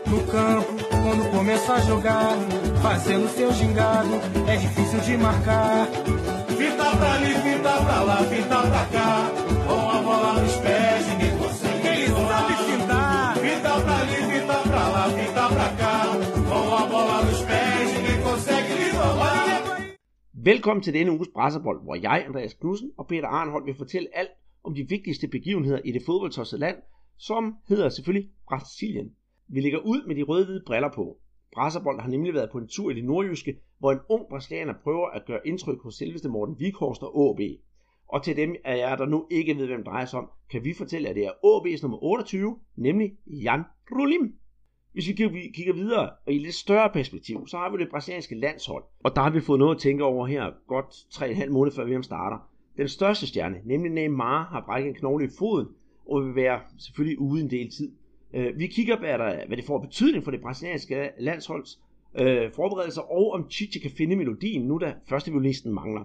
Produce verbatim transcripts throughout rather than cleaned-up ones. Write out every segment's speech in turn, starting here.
No campo, quando começa a jogar, fazendo seu gingado, é difícil de marcar. Fita pra ali, fita pra lá, fita pra cá, com a bola nos pés, ninguém consegue. Ele sabe fintar. Fita pra ali, fita pra lá, fita pra cá, com a bola nos pés, ninguém consegue lhe roubar. Velkommen til denne uges Brasserbold, hvor jeg, Andreas Knudsen og Peter Arnholdt vil fortælle alt om de vigtigste begivenheder i det fodboldtossede land, som hedder selvfølgelig Brasilien. Vi lægger ud med de røde-hvide briller på. Brasserbold har nemlig været på en tur i det nordjyske, hvor en ung brasilianer prøver at gøre indtryk hos selveste Morten Vighorst og A A B. Og til dem af jer, der nu ikke ved, hvem det drejer sig om, kan vi fortælle, at det er A A B's nummer otteogtyve, nemlig Jan Rolim. Hvis vi kigger videre og i et lidt større perspektiv, så har vi det brasilianske landshold. Og der har vi fået noget at tænke over her godt tre og en halv måned før V M starter. Den største stjerne, nemlig Neymar, har brækket en knogle i foden og vil være selvfølgelig ude en del tid. Vi kigger på, hvad det får betydning for det brasilianske landsholds øh, forberedelser, og om Chichi kan finde melodien, nu da første violinisten mangler.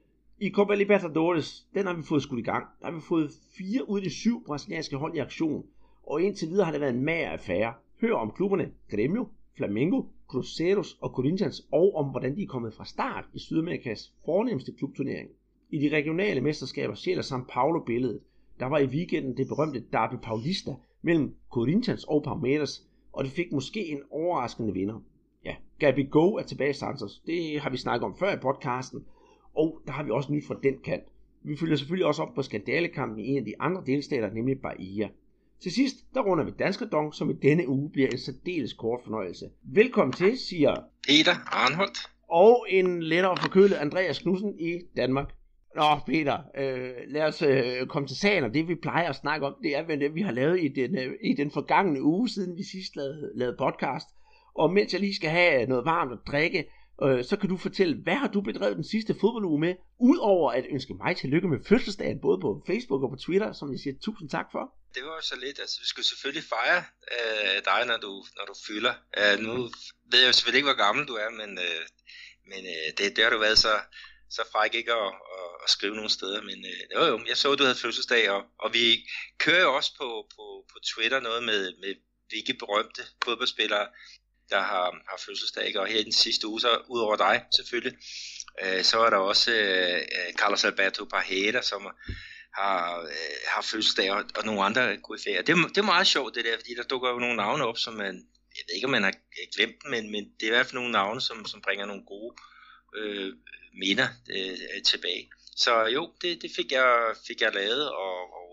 I Copa Libertadores, den har vi fået skudt i gang. Der har vi fået fire ud af de syv brasilianske hold i aktion, og indtil videre har det været en mager affære. Hør om klubberne Grêmio, Flamengo, Cruzeiro og Corinthians, og om hvordan de er kommet fra start i Sydamerikas fornemmeste klubturnering. I de regionale mesterskaber sjæler São Paulo billedet. Der var i weekenden det berømte Derby Paulista mellem Corinthians og Palmeiras, og det fik måske en overraskende vinder. Ja, Gabigol er tilbage i Santos. Det har vi snakket om før i podcasten, og der har vi også nyt fra den kant. Vi følger selvfølgelig også op på skandalekampen i en af de andre delstater, nemlig Bahia. Til sidst, der runder vi Danskerdong, som i denne uge bliver en særdeles kort fornøjelse. Velkommen til, siger Peter Arnholdt og en lettere forkølet Andreas Knudsen i Danmark. Nå Peter, øh, lad os øh, komme til sagen, og det vi plejer at snakke om, det er hvad det vi har lavet i den, øh, i den forgangne uge, siden vi sidst lavede, lavede podcast. Og mens jeg lige skal have noget varmt at drikke, øh, så kan du fortælle, hvad har du bedrevet den sidste fodbolduge med, udover at ønske mig tillykke med fødselsdagen, både på Facebook og på Twitter, som jeg siger tusind tak for. Det var jo så lidt, altså vi skulle selvfølgelig fejre øh, dig, når du, når du fylder. Øh, nu ved jeg jo selvfølgelig ikke, hvor gammel du er, men, øh, men øh, det, det har du været så, så fræk ikke at, at, at skrive nogen steder. Men øh, jo, jo, jeg så, at du havde fødselsdag, og, og vi kører jo også på, på, på Twitter noget med, med hvilke berømte fodboldspillere, der har, har fødselsdag. Og her i den sidste uge, så ud over dig selvfølgelig, øh, så er der også øh, Carlos Alberto Parreira, som har, øh, har fødselsdag, og, og nogle andre koryfæer. Det, det er meget sjovt det der, fordi der dukker jo nogle navne op, som man, jeg ved ikke om man har glemt dem, men, men det er i hvert fald nogle navne, som, som bringer nogle gode øh, minder øh, tilbage. Så jo, det, det fik, jeg, fik jeg lavet, og, og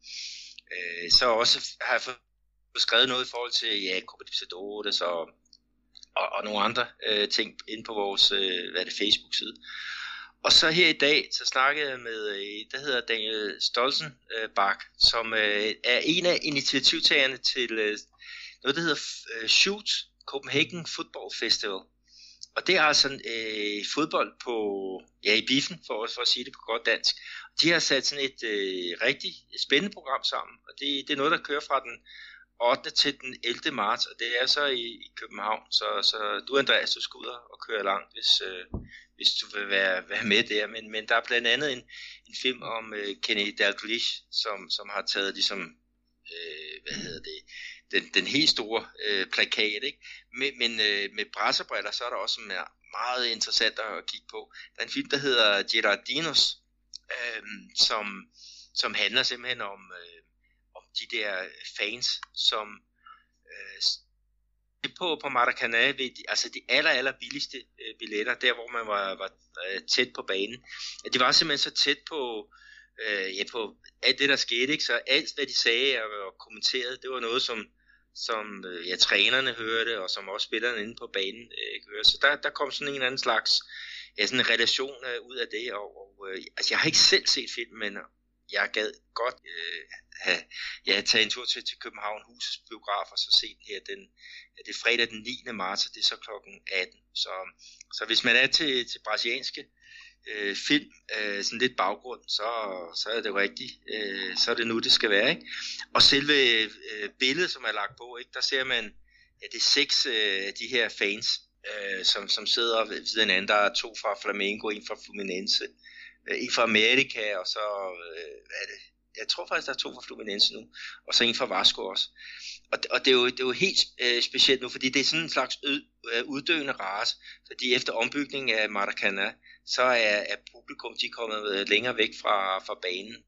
øh, så også har jeg fået skrevet noget i forhold til ja, Copa Libertadores og, og, og nogle andre øh, ting inde på vores øh, hvad er det, Facebook-side. Og så her i dag, så snakkede jeg med, der hedder Daniel Stolzenbach, som øh, er en af initiativtagerne til øh, noget, der hedder øh, Shoot Copenhagen Football Festival. Og det er altså øh, fodbold på, ja, i biffen, for, for at sige det på godt dansk. De har sat sådan et øh, rigtig spændende program sammen, og det, det er noget, der kører fra den ottende til den ellevte marts, og det er så i, i København. Så, så du, Andreas, du skal ud og køre langt, hvis... Øh, hvis du vil være, være med der, men, men der er blandt andet en, en film om øh, Kenny Dalglish, som, som har taget ligesom, øh, hvad hedder det, den, den helt store øh, plakat, ikke? Men, men øh, med brasserbriller, så er der også meget interessant at kigge på. Der er en film, der hedder Gerardinos, øh, som, som handler simpelthen om, øh, om de der fans, som øh, på, på Maracanã ved de, altså de aller, aller billigste øh, billetter, der hvor man var, var øh, tæt på banen. Det var simpelthen så tæt på, øh, ja, på alt det, der skete, ikke? Så alt, hvad de sagde og, og kommenterede, det var noget, som, som øh, ja, trænerne hørte, og som også spillerne inde på banen øh, hørte. Så der, der kom sådan en eller anden slags ja, sådan en relation øh, ud af det. Og, og, øh, altså, jeg har ikke selv set filmen, men jeg gad godt øh, have ja, taget en tur til, til København Husets biograf og så se den her den, ja, det er fredag den niende marts, og det er så klokken atten. Så, så hvis man er til, til brasilianske øh, film, øh, sådan lidt baggrund, så, så er det jo rigtigt. Øh, så er det nu, det skal være, ikke? Og selve øh, billedet, som er lagt på, ikke, der ser man, ja, det er seks af øh, de her fans, øh, som, som sidder ved den anden. Der er to fra Flamengo, en fra Fluminense, en fra Amerika, og så øh, hvad er det, jeg tror faktisk, der er to fra Fluminense nu, og så en fra Vasco også. Og, og det, er jo, det er jo helt øh, specielt nu, fordi det er sådan en slags ød, øh, uddøende race, fordi efter ombygningen af Maracanã, så er, er publikum, de er kommet længere væk fra, fra banen.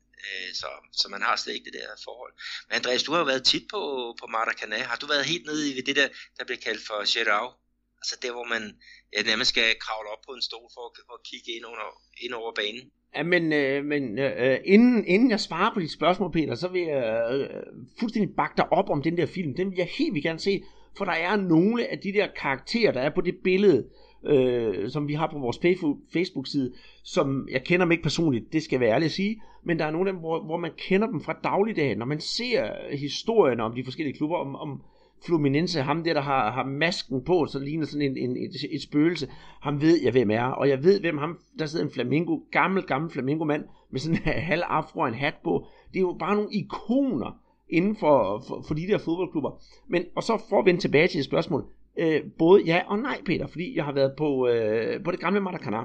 Så, så man har slet ikke det der forhold. Men Andreas, du har jo været tit på, på Maracanã. Har du været helt nede i det der, der bliver kaldt for Geral? Altså der, hvor man ja, nærmest skal kravle op på en stol for, for at kigge ind, under, ind over banen. Ja, men, øh, men øh, inden, inden jeg svarer på dit spørgsmål, Peter, så vil jeg øh, fuldstændig bakke dig op om den der film. Den vil jeg helt vildt gerne se, for der er nogle af de der karakterer, der er på det billede, Øh, som vi har på vores Facebook-side, som jeg kender dem ikke personligt, det skal jeg være ærlig at sige, men der er nogle af dem, hvor, hvor man kender dem fra dagligdagen, når man ser historien om de forskellige klubber, om, om Fluminense, ham der, der har, har masken på, så ligner sådan en, en, et, et spøgelse, ham ved jeg, hvem er, og jeg ved, hvem ham, der sidder en flamingo, gammel, gammel flamingo-mand, med sådan en halv afro og en hat på, det er jo bare nogle ikoner inden for, for, for de der fodboldklubber, men, og så for at vende tilbage til et spørgsmål, Øh, både ja og nej, Peter, fordi jeg har været på, øh, på det gamle Maracanã.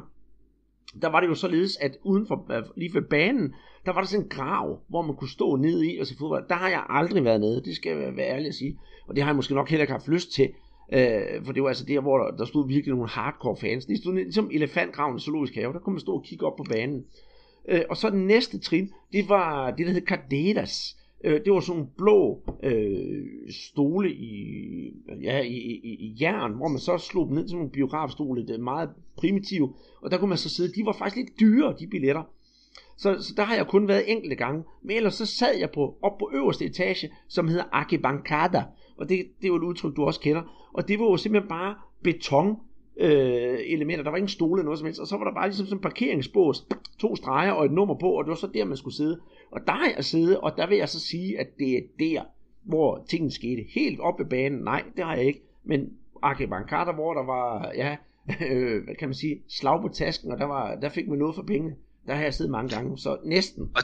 Der var det jo således, at uden for, øh, lige ved banen, der var der sådan en grav, hvor man kunne stå nede i og se fodbold. Der har jeg aldrig været nede, det skal jeg være ærlig at sige. Og det har jeg måske nok heller ikke haft lyst til, øh, for det var altså der, hvor der, der stod virkelig nogle hardcore fans. De stod ligesom elefantgraven i Zoologisk Have, der kunne man stå og kigge op på banen. Øh, og så den næste trin, det var det, der hed Cadeiras. Det var sådan nogle blå øh, stole i, ja, i, i, i jern, hvor man så slog dem ned til nogle biografstole, det er meget primitive, og der kunne man så sidde. De var faktisk lidt dyre, de billetter. Så, så der har jeg kun været enkelte gange. Men ellers så sad jeg på, op på øverste etage, som hedder arquibancada, og det, det er jo et udtryk, du også kender. Og det var jo simpelthen bare beton, Øh, elementer, der var ingen stole eller noget som helst, og så var der bare ligesom sådan en parkeringsbås, to streger og et nummer på, og det var så der man skulle sidde, og der har jeg siddet, og der vil jeg så sige, at det er der, hvor tingene skete, helt op ved banen. Nej, det har jeg ikke, men arquibancada, hvor der var, ja, øh, hvad kan man sige, slag på tasken, og der, var, der fik man noget for pengene, der har jeg siddet mange gange, så næsten. Og,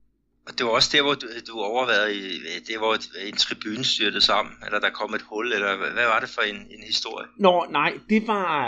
og det var også der, hvor du, du overvejede, i, det hvor en tribune styrtede sammen, eller der kom et hul, eller hvad var det for en, en historie? Nå, nej, det var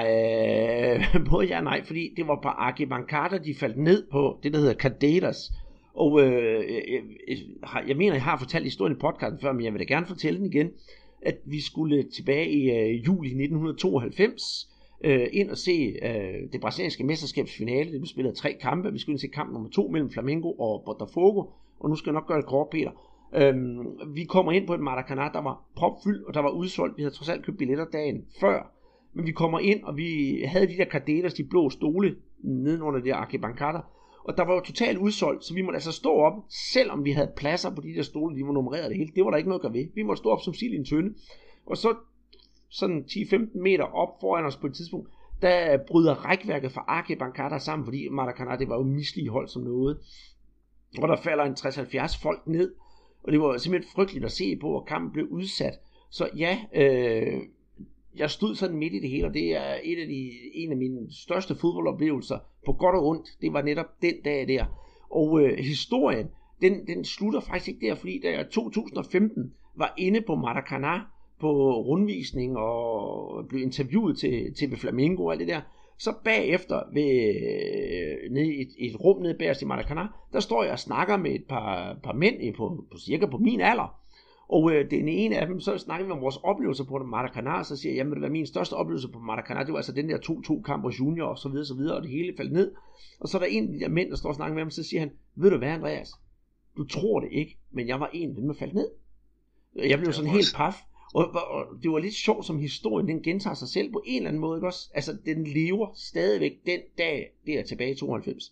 øh, både ja og nej, fordi det var på arquibancada, de faldt ned på det, der hedder Cadeiras. Og øh, jeg, jeg, jeg mener, jeg har fortalt historien i podcasten før, men jeg vil da gerne fortælle den igen, at vi skulle tilbage i øh, juli nitten tooghalvfems øh, ind og se øh, det brasilianske mesterskabsfinale. Det blev spillet tre kampe. Vi skulle ind se kamp nummer to mellem Flamengo og Botafogo, og nu skal jeg nok gøre det kort, Peter. Øhm, vi kommer ind på et Maracanã, der var propfyldt, og der var udsolgt. Vi havde trods alt købt billetter dagen før, men vi kommer ind, og vi havde de der cadeiras, de blå stole nedenunder det der arquibancada, og der var jo totalt udsolgt, så vi måtte altså stå op, selvom vi havde pladser på de der stole, de var nummereret det hele. Det var der ikke noget at gøre ved. Vi måtte stå op som sild i en tønde, og så sådan ti til femten meter op foran os på et tidspunkt, der bryder rækværket fra arquibancada sammen, fordi Maracanã, det var jo misligeholdt som noget, og der falder en tres til halvfjerds folk ned, og det var simpelthen frygteligt at se på, og kampen blev udsat. Så ja, øh, jeg stod sådan midt i det hele, og det er et af de, en af mine største fodboldoplevelser, på godt og ondt. Det var netop den dag der. Og øh, historien, den, den slutter faktisk ikke der, fordi da jeg i to tusind og femten var inde på Maracanã på rundvisning og blev interviewet til T V Flamengo og alt det der, så bagefter ved, nede i et, et rum nede bagerst i Maracanã, der står jeg og snakker med et par, par mænd på, på cirka på min alder. Og øh, den ene af dem, så snakker vi om vores oplevelser på Maracanã, og så siger jeg, jamen det var min største oplevelse på Maracanã, det var altså den der to to kamp og junior og så videre, så videre, og det hele faldt ned. Og så er der en af de der mænd, der står og snakker med ham, så siger han, ved du hvad, Andreas, du tror det ikke, men jeg var en af dem, der faldt ned. Jeg blev sådan helt paf. Og, og det var lidt sjovt, som historien, den gentager sig selv på en eller anden måde, ikke også? Altså, den lever stadigvæk den dag, der tilbage i tooghalvfems.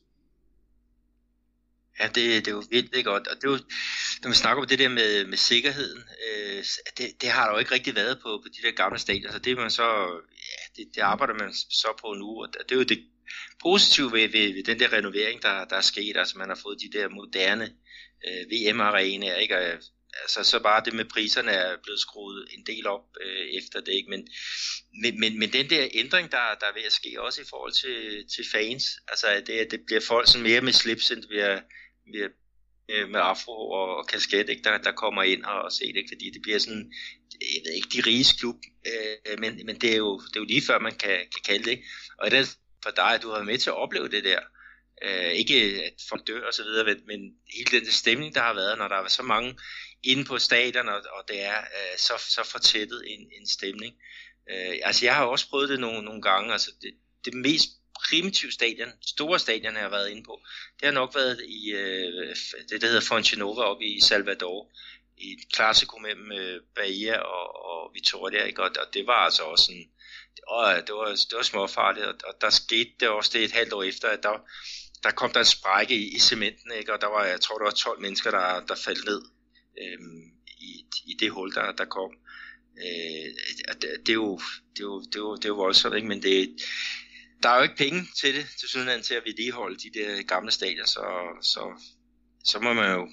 Ja, det, det er jo vildt godt, og det er jo, når vi snakker om det der med, med sikkerheden, øh, det, det har der jo ikke rigtig været på, på de der gamle stadier, så det man så, ja, det, det arbejder man så på nu, og det er jo det positive ved, ved, ved den der renovering, der, der er sket, altså man har fået de der moderne øh, V M-arenaer, ikke, og altså så bare det med priserne er blevet skruet en del op øh, efter det, ikke? Men, men, men, men den der ændring, der, der er ved at ske også i forhold til, til fans, altså det, det bliver folk sådan mere med slips, end vi er, vi er med afro og, og kasket, ikke? Der, der kommer ind og, og ser det, ikke? Fordi det bliver sådan, jeg ved ikke, de riges klub, øh, men, men det, er jo, det er jo lige før man kan, kan kalde det, ikke? Og i den for dig, at du har været med til at opleve det der, Øh, ikke at folk dør og så videre, men, men hele den stemning, der har været, når der er så mange inde på stadion, og, og det er øh, så, så fortættet en, en stemning. Øh, altså jeg har også prøvet det nogle, nogle gange, altså det, det mest primitive stadion, store stadion, jeg har været inde på, det har nok været i øh, det, der hedder Fonte Nova oppe i Salvador, i et klassiko mellem øh, Bahia og, og Vitória, ikke? Og, og det var altså også sådan, og det var, det var småfarligt, og, og der skete det også det et halvt år efter, at der, der kom der en sprække i, i cementen, ikke? Og der var, jeg tror, der var tolv mennesker, der, der faldt ned øhm, i, i det hul, der, der kom. Øh, det, det, er jo, det, er jo, det, er jo, det er jo voldsomt, ikke? Men det, der er jo ikke penge til det, til sådan til at vedligeholde de der gamle stadier, så, så, så må man jo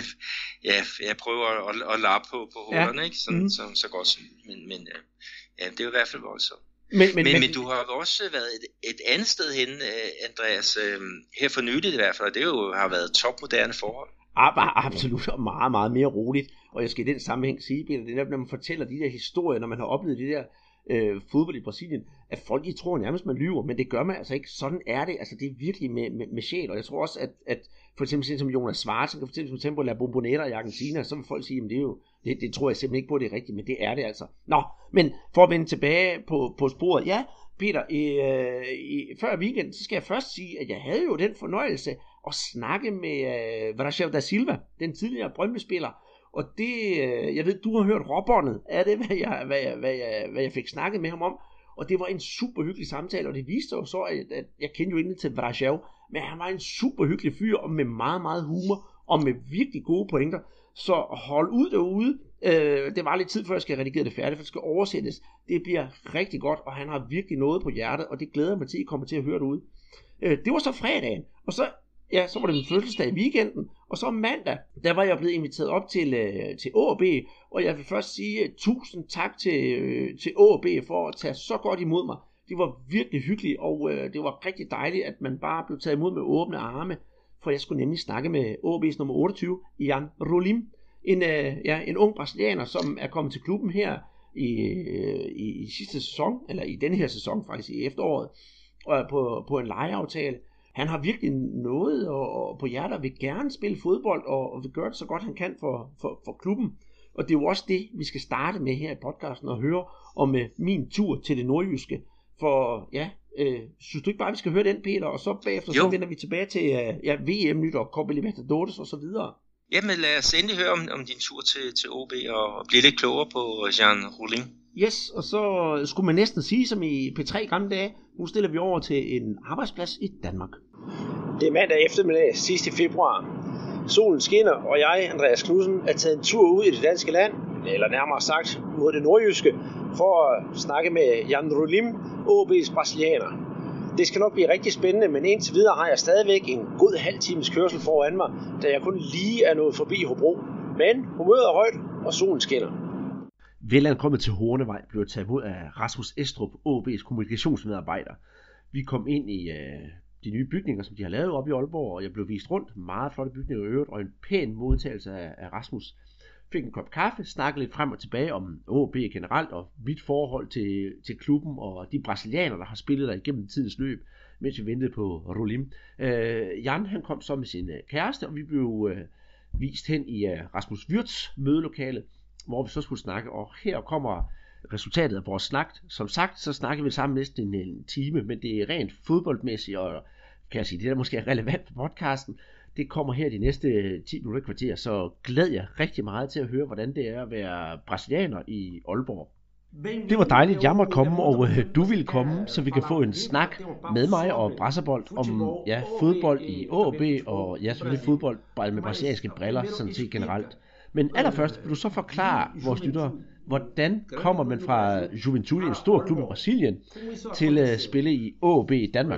ja, jeg prøver at, at lappe på, på hullerne, ja. Ikke? Sådan, mm. så, så godt som, men, men ja, det er jo i hvert fald voldsomt. Men, men, men, men du har også været et, et andet sted henne, Andreas, øh, her for nyligt i hvert fald, og det jo har været topmoderne forhold. Absolut, og meget, meget mere roligt. Og jeg skal i den sammenhæng sige, Peter, det er, når man fortæller de der historier, når man har oplevet det der øh, fodbold i Brasilien, at folk, de tror nærmest, man lyver, men det gør man altså ikke. Sådan er det. Altså, det er virkelig med, med, med sjæl. Og jeg tror også, at, at for eksempel sådan som Jonas Schwarz, kan fortælle som Tempo La Bombonera i Argentina, så vil folk sige, at det er jo, det, det tror jeg simpelthen ikke på, det er rigtigt, men det er det altså. Nå, men for at vende tilbage på, på sporet, ja, Peter, øh, i, før weekenden, så skal jeg først sige, at jeg havde jo den fornøjelse at snakke med øh, Varashev da Silva, den tidligere Brøndby-spiller. Og det, øh, jeg ved, du har hørt råbåndet af det, hvad jeg, hvad, jeg, hvad, jeg, hvad jeg fik snakket med ham om. Og det var en super hyggelig samtale, og det viste jo så, at, at jeg kendte jo egentlig til Varashev, men han var en super hyggelig fyr, og med meget, meget humor, og med virkelig gode pointer. Så hold ud derude. Øh, det var lidt tid før jeg skal redigere det færdigt, for det skal oversættes. Det bliver rigtig godt, og han har virkelig noget på hjertet, og det glæder mig til, at I kommer til at høre derude. Øh, det var så fredagen, og så, ja, så var det min fødselsdag i weekenden, og så mandag, der var jeg blevet inviteret op til, øh, til A A B, og jeg vil først sige uh, tusind tak til, øh, til A A B for at tage så godt imod mig. Det var virkelig hyggeligt, og øh, det var rigtig dejligt, at man bare blev taget imod med åbne arme, for jeg skulle nemlig snakke med A A B's nummer otteogtyve, Jan Rolim. En, øh, ja, en ung brasilianer, som er kommet til klubben her i, øh, i, i sidste sæson, eller i denne her sæson faktisk, i efteråret, og på, på en lejeaftale. Han har virkelig noget og, og på hjertet, vil gerne spille fodbold, og, og vil gøre det så godt han kan for, for, for klubben. Og det er jo også det, vi skal starte med her i podcasten, og høre om øh, min tur til det nordjyske. For ja, øh, synes du ikke bare, vi skal høre den, Peter, og så bagefter jo. Så vender vi tilbage til øh, ja, V M-nyt og Copa Libertadores og så videre. Jamen lad os endelig høre om, om din tur til, til O B og, og blive lidt klogere på Jan Rolim. Yes, og så skulle man næsten sige, som i P tre gamle dage, nu stiller vi over til en arbejdsplads i Danmark. Det er mandag eftermiddag sidst i februar. Solen skinner, og jeg, Andreas Knudsen, er taget en tur ud i det danske land, eller nærmere sagt mod det nordjyske, for at snakke med Jan Rolim, A A B's brasilianer. Det skal nok blive rigtig spændende, men indtil videre har jeg stadigvæk en god halv times kørsel foran mig, da jeg kun lige er nået forbi Hobro. Men humøret er højt, og solen skinner. Velankommet til Hornevej blev taget imod af Rasmus Estrup, A A B's kommunikationsmedarbejder. Vi kom ind i øh, de nye bygninger, som de har lavet oppe i Aalborg, og jeg blev vist rundt. Meget flotte bygninger i øvrigt, og en pæn modtagelse af, af Rasmus. Fik en kop kaffe, snakkede lidt frem og tilbage om A A B generelt, og mit forhold til, til klubben, og de brasilianere, der har spillet der igennem tidens løb, mens vi ventede på Rolim. Øh, Jan, han kom så med sin øh, kæreste, og vi blev øh, vist hen i øh, Rasmus Wirtz mødelokale, hvor vi så skulle snakke, og her kommer resultatet af vores snak. Som sagt, så snakker vi sammen næsten en, en time, men det er rent fodboldmæssigt, og kan jeg sige, det der måske er relevant for podcasten, det kommer her de næste ti minutter kvarter, så glæder jeg rigtig meget til at høre, hvordan det er at være brasilianer i Aalborg. Det var dejligt, jeg måtte komme, og øh, du ville komme, så vi kan få en snak med mig og Brasserbold om ja, fodbold i A A B, og ja, selvfølgelig fodbold med brasilianske briller, sådan set generelt. Men allerførst vil du så forklare vores lyttere, hvordan kommer man fra Juventude, en stor klub i Brasilien, til at spille i A A B i Danmark?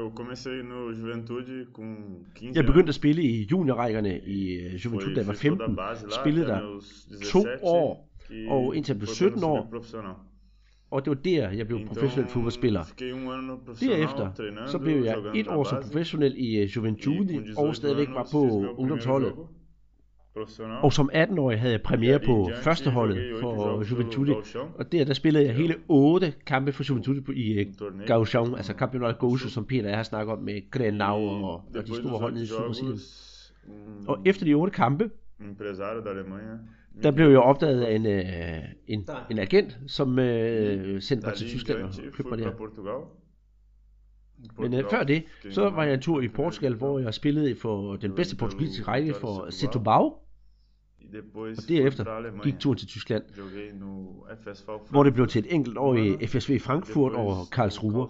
Jeg begyndte at spille i juniorrækkerne i Juventude, da jeg var femten. Spillede der to år, og indtil jeg blev sytten år. Og det var der, jeg blev professionel fodboldspiller. Derefter så blev jeg et år som professionel i Juventude, og stadigvæk var på ungdomsholdet. Og som atten-årig havde jeg premiere på førsteholdet for Juventude, og der, der spillede jeg hele otte kampe for Juventude i Gauchão, altså Campeonato Gaúcho, som Peter har snakket om med Grenau og, og de store hold nede i Sydbrasilien. Og efter de otte kampe, der blev jeg opdaget af en, en, en agent, som øh, sendte mig til Tyskland og købte mig der. Men øh, før det, så var jeg en tur i Portugal, hvor jeg spillede for den bedste portugisiske række for Setúbal. Og derefter gik turen til Tyskland, hvor det blev til et enkelt år i F S V Frankfurt og Karlsruhe.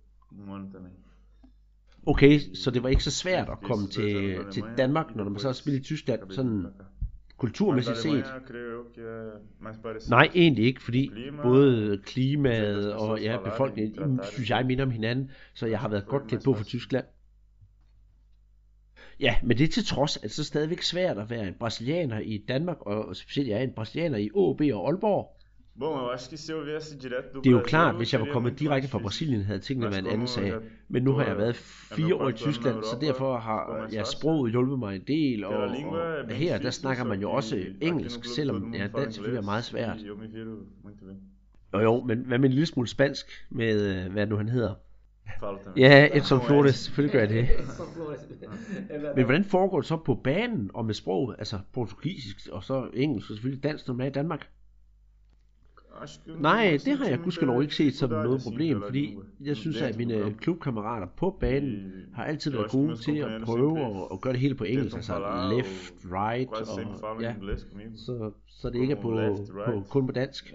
Okay, så det var ikke så svært at komme til, til Danmark, når man så spillede i Tyskland, sådan kulturmæssigt set. Nej, egentlig ikke, fordi både klimaet og ja, befolkningen, synes jeg, minder om hinanden, så jeg har været godt klædt på for Tyskland. Ja, men det er til trods, at det er så stadigvæk svært at være en brasilianer i Danmark, og specielt jeg er en brasilianer i A A B og Aalborg. Det er jo klart, hvis jeg var kommet direkte fra Brasilien, havde tingene været en anden sag. Men nu har jeg været fire år i Tyskland, så derfor har jeg sproget hjulpet mig en del, og, og her der snakker man jo også engelsk, selvom ja, dansk selvfølgelig er meget svært. Jo jo, men hvad med en lille smule spansk med, hvad nu han hedder? Ja, Edson Flores, selvfølgelig gør jeg det. Men hvordan foregår det så på banen og med sproget, altså portugisisk og så engelsk og selvfølgelig dansk, når man er i Danmark? Nej, det har jeg gudskelov ikke set som noget problem, fordi jeg synes, at mine klubkammerater på banen har altid været gode til at prøve at, at gøre det hele på engelsk, altså left, right, og ja, så, så det ikke er på, på, kun på dansk.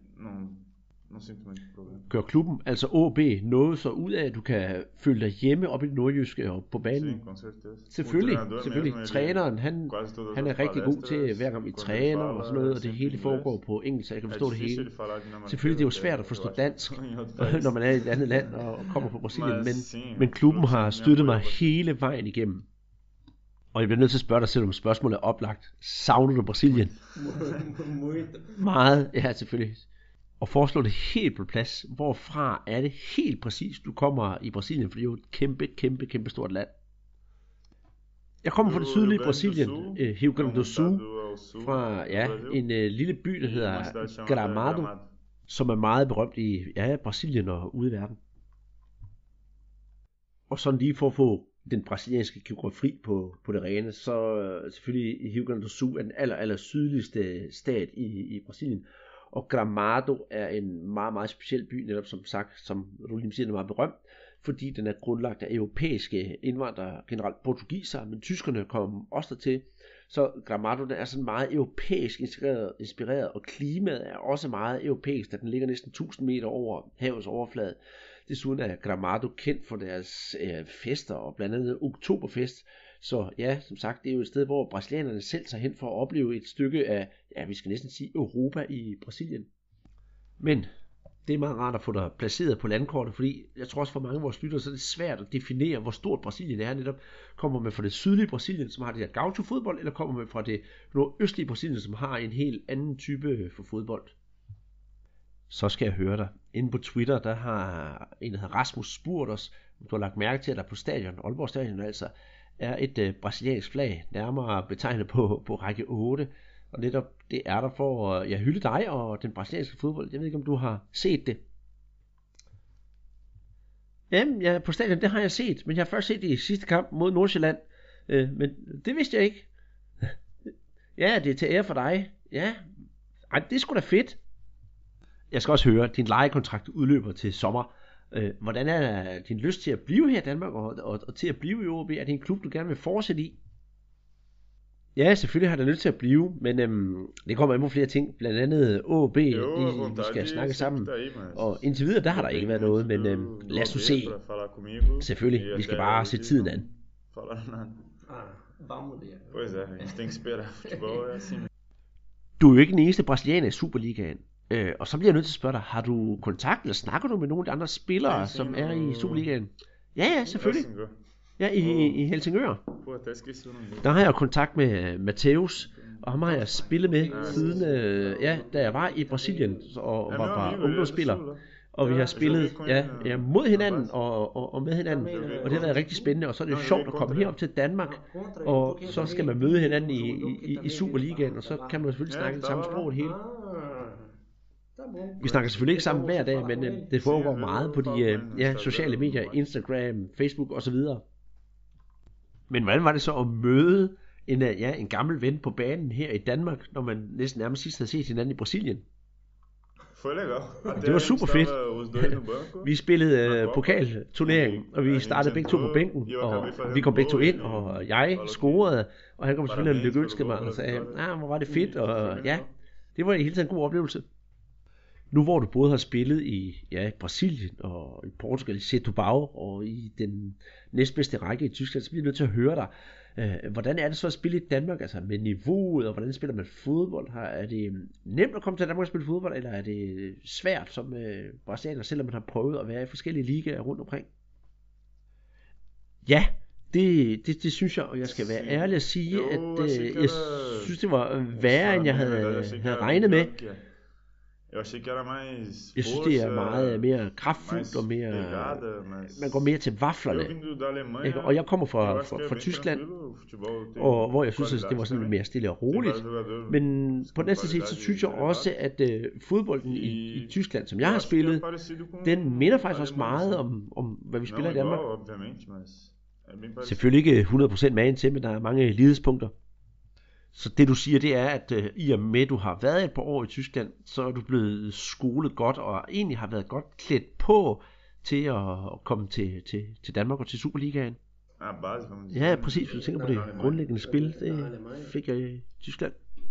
Gør klubben, altså A B, noget så ud af, at du kan føle dig hjemme op i det nordjyske og på banen? Selvfølgelig, selvfølgelig. Træneren, han, han er rigtig god til hver gang vi træner og sådan noget, og det hele foregår på engelsk, så jeg kan forstå det hele. Selvfølgelig, det er jo svært at forstå dansk, når man er i et andet land og kommer på Brasilien, men, men klubben har støttet mig hele vejen igennem. Og jeg bliver nødt til at spørge dig selv, om spørgsmålet er oplagt. Savner du Brasilien? Meget, ja selvfølgelig. Og foreslå det helt på plads. Hvorfra er det helt præcis, du kommer i Brasilien? For det er jo et kæmpe, kæmpe, kæmpe stort land. Jeg kommer fra det sydlige Brasilien, Rio Grande do Sul, fra ja, en uh, lille by, der hedder Gramado, som er meget berømt i ja, Brasilien og ude i verden. Og sådan lige for at få den brasilianske geografi på, på det rene, så uh, selvfølgelig Rio Grande do Sul er den aller, aller sydligste stat i, i Brasilien. Og Gramado er en meget, meget speciel by, netop som sagt, som du lige siger, den er meget berømt, fordi den er grundlagt af europæiske indvandrere, generelt portugiser, men tyskerne kom også dertil. Så Gramado den er sådan meget europæisk inspireret, inspireret, og klimaet er også meget europæisk, da den ligger næsten tusind meter over havets overflade. Desuden er Gramado kendt for deres øh, fester, og blandt andet Oktoberfest. Så ja, som sagt, det er jo et sted, hvor brasilianerne selv tager hen for at opleve et stykke af, ja, vi skal næsten sige Europa i Brasilien. Men det er meget rart at få dig placeret på landkortet, fordi jeg tror også for mange af vores lyttere, så er det svært at definere, hvor stort Brasilien er netop. Kommer man fra det sydlige Brasilien, som har det her gaucho-fodbold, eller kommer man fra det nordøstlige Brasilien, som har en helt anden type for fodbold? Så skal jeg høre dig. Inde på Twitter, der har en, der hedder Rasmus, spurgt os, om du har lagt mærke til, at der på stadion, Aalborg Stadion altså, er et øh, brasiliansk flag, nærmere betegnet på, på række otte, og netop det er der for at ja, hylde dig og den brasilianske fodbold. Jeg ved ikke, om du har set det. Jamen, ja, på stadion, det har jeg set, men jeg har først set det i sidste kamp mod Nordsjælland, øh, men det vidste jeg ikke. Ja, det er til ære for dig. Ja, ej, det er sgu da fedt. Jeg skal også høre, at din lejekontrakt udløber til sommer. Øh, hvordan er din lyst til at blive her i Danmark og, og, og til at blive i A A B? Er det en klub, du gerne vil fortsætte i? Ja, selvfølgelig har jeg lyst til at blive, men øhm, det kommer ind på flere ting. Blandt andet A A B, jo, vi skal snakke sammen. Og indtil videre, der har der ikke været noget, men øhm, lad os nu se. Selvfølgelig, vi skal bare se tiden an. Du er jo ikke den eneste brasilianer i Superligaen. Øh, og så bliver jeg nødt til at spørge dig, har du kontakt, eller snakker du med nogle af de andre spillere, som er i Superligaen? Ja, ja, selvfølgelig. Ja, i, i Helsingør. Der har jeg kontakt med Matheus, og ham har jeg spillet med siden, øh, ja, da jeg var i Brasilien og var bare ungdomsspiller. og vi har spillet ja, ja, mod hinanden og, og, og med hinanden, og det har været rigtig spændende, og så er det jo sjovt at komme herop til Danmark, og så skal man møde hinanden i, i, i Superligaen, og så kan man selvfølgelig snakke det samme sprog det hele. Vi snakker selvfølgelig ikke sammen hver dag, men øh, det foregår meget på de øh, ja, sociale medier, Instagram, Facebook osv. Men hvordan var det så at møde en, ja, en gammel ven på banen her i Danmark, når man næsten nærmest sidst havde set hinanden i Brasilien? Det var super fedt. Vi spillede uh, pokalturnering, og vi startede begge to på bænken, og vi kom begge to ind, og jeg scorede, og han kom selvfølgelig og lykønskede mig og sagde, ah, hvor var det fedt, og ja, det var i hele tiden en god oplevelse. Nu hvor du både har spillet i ja, Brasilien og i Portugal, i Setúbal og i den næstbedste række i Tyskland, så bliver jeg nødt til at høre dig. Øh, hvordan er det så at spille i Danmark, altså med niveauet, og hvordan spiller man fodbold her? Er det nemt at komme til Danmark og spille fodbold, eller er det svært som øh, brasilianer, selvom man har prøvet at være i forskellige ligaer rundt omkring? Ja, det, det, det synes jeg, og jeg skal være ærlig at sige, at øh, jeg synes det var værre, end jeg havde, havde regnet med. Jeg synes det er meget mere kraftfuldt og mere, man går mere til vaflerne, ikke? Og jeg kommer fra, fra, fra Tyskland, og hvor jeg synes at det var sådan lidt mere stille og roligt, men på den anden side så synes jeg også at uh, fodbolden i, i Tyskland, som jeg har spillet, den minder faktisk også meget om, om hvad vi spiller i Danmark. Selvfølgelig ikke hundrede procent magen til, men der er mange lighedspunkter. Så det du siger, det er, at øh, i og med, at du har været et par år i Tyskland, så er du blevet skolet godt, og egentlig har været godt klædt på til at, at komme til, til, til Danmark og til Superligaen. Ja, præcis. Hvis du tænker på det grundlæggende spil, det fik jeg i Tyskland.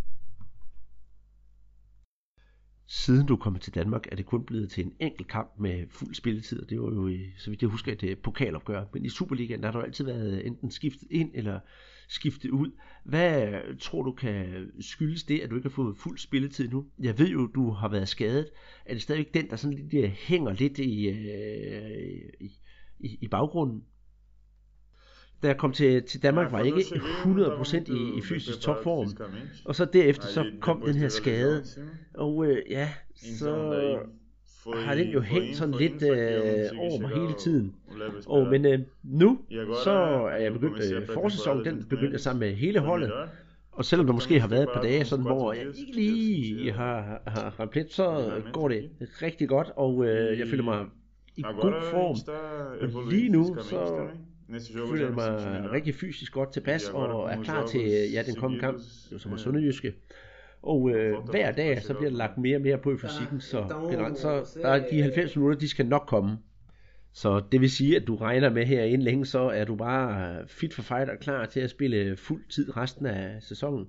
Siden du kom til Danmark, er det kun blevet til en enkelt kamp med fuld spilletid, og det var jo, så vidt jeg husker, et pokalopgør. Men i Superligaen, der har du altid været enten skiftet ind eller skiftet ud. Hvad tror du kan skyldes det, at du ikke har fået fuld spilletid nu? Jeg ved jo, du har været skadet. Er det stadigvæk den, der sådan lidt hænger lidt i, i, i, i baggrunden? Da jeg kom til, til Danmark, var jeg ikke hundrede procent i, i fysisk topform. Og så derefter så kom den her skade. Og øh, ja, så har den jo hængt sådan lidt øh, over mig hele tiden. Og men øh, nu, så er jeg begyndt, øh, forsæsonen, den begyndte jeg sammen med hele holdet. Og selvom der måske har været et par dage, sådan, hvor jeg ikke lige har, har ramt lidt, så går det rigtig godt. Og øh, jeg føler mig i god form. Og lige nu, så føler jeg mig rigtig fysisk godt tilpas og er klar til ja, den kommende kamp, som er Sønderjyske. Og øh, hver dag så bliver der lagt mere og mere på i fysikken, så generelt så der er de halvfems minutter, de skal nok komme. Så det vil sige, at du regner med her inden længe, så er du bare fit for fight og klar til at spille fuld tid resten af sæsonen.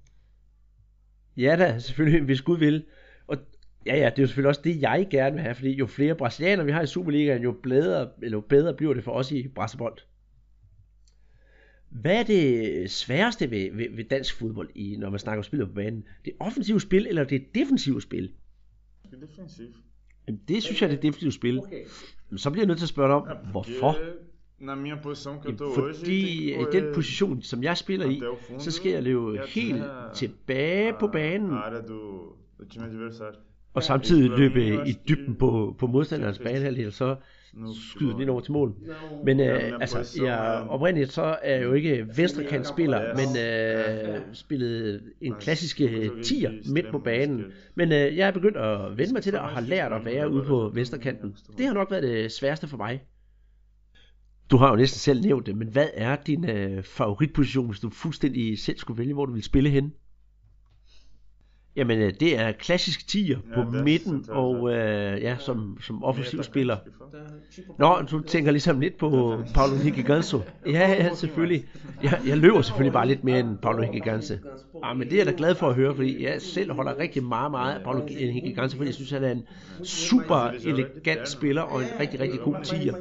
Ja da, selvfølgelig, hvis Gud vil. Og ja, ja, det er jo selvfølgelig også det, jeg gerne vil have, fordi jo flere brasilianere vi har i Superligaen, jo bedre, eller jo bedre bliver det for os i brassebold. Hvad er det sværeste ved, ved, ved dansk fodbold, i, når man snakker om spil på banen? Det offensive spil, eller det defensive spil? Det er defensivt. Jamen, det synes jeg er det defensive spil. Okay. Men så bliver jeg nødt til at spørge dig om, ja, hvorfor? Na minha position que eu tô hoje, fordi i den position, som jeg spiller i, så skal jeg løbe helt tilbage på banen. Og samtidig løbe i dybden på, på modstanderens banehalvdel, så skyder den ind over til mål. Men øh, altså, jeg oprindeligt så er jeg jo ikke venstrekantspiller, men øh, spillede en klassisk tier midt på banen. Men øh, jeg er begyndt at vende mig til det, og har lært at være ude på venstrekanten. Det har nok været det sværeste for mig. Du har jo næsten selv nævnt det, men hvad er din øh, favoritposition, hvis du fuldstændig selv skulle vælge, hvor du vil spille hen? Jamen, det er klassisk tier på ja, midten, og øh, ja, som, som offensiv spiller. Nå, du tænker ligesom lidt på Paulo Henrique Ganso. Ja, ja, selvfølgelig. Jeg, jeg løber selvfølgelig bare lidt mere end Paulo Henrique Ganso. Ah, men det er jeg da glad for at høre, fordi jeg selv holder rigtig meget, meget af Paulo Henrique Ganso, fordi jeg synes, han er en super elegant spiller og en rigtig, rigtig god tier.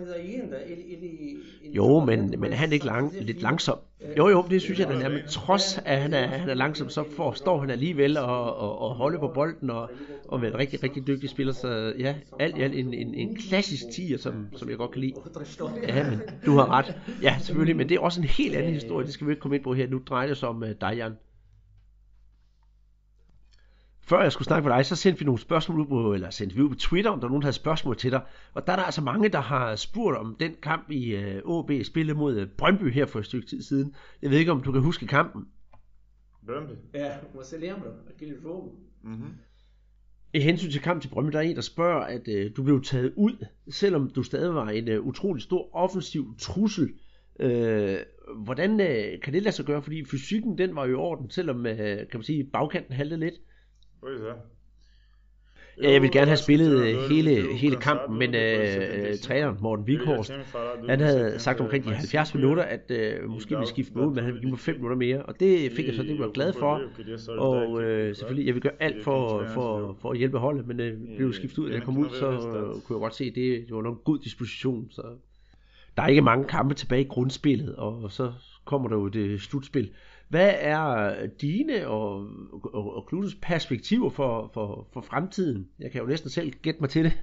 Jo, men, men han er ikke lang, lidt langsom. Jo, jo, det synes jeg, den er, men trods at han er, han er langsom, så forstår han alligevel at, at, at holde på bolden og, og være en rigtig, rigtig dygtig spiller. Så ja, alt i alt en, en, en klassisk tier, som, som jeg godt kan lide. Ja, men du har ret. Ja, selvfølgelig, men det er også en helt anden historie. Det skal vi ikke komme ind på her. Nu drejer det sig om uh, Dejan. før jeg skulle snakke med dig, så sendte vi nogle spørgsmål ud på, eller sendte vi ud på Twitter, om der var nogen, der havde spørgsmål til dig. Og der er der altså mange, der har spurgt om den kamp i uh, O B spillet mod uh, Brøndby her for et stykke tid siden. Jeg ved ikke, om du kan huske kampen. Brøndby? Ja, você lembra aquele jogo? Mhm. I hensyn til kamp til Brøndby, der er en, der spørger, at uh, du blev taget ud, selvom du stadig var en uh, utrolig stor offensiv trussel. Uh, hvordan uh, kan det lade sig gøre? Fordi fysikken, den var jo i orden, selvom uh, kan man sige, bagkanten haltede lidt. Pois é. Ja, jeg vil gerne have spillet hele, hele kampen, men øh, træneren Morten Vikhorst, han havde sagt omkring de halvfjerds minutter, at øh, måske ville skifte mig ud, men han ville give mig fem minutter mere, og det fik jeg så, det var jeg glad for, og øh, selvfølgelig, jeg vil gøre alt for, for, for at hjælpe holdet, men øh, blev skiftet ud, da jeg kom ud, så øh, kunne jeg godt se, at det, det var nok en god disposition, så der er ikke mange kampe tilbage i grundspillet, og så kommer der jo det slutspil. Hvad er dine og, og, og Knudsens perspektiver for, for, for fremtiden? Jeg kan jo næsten selv gætte mig til det.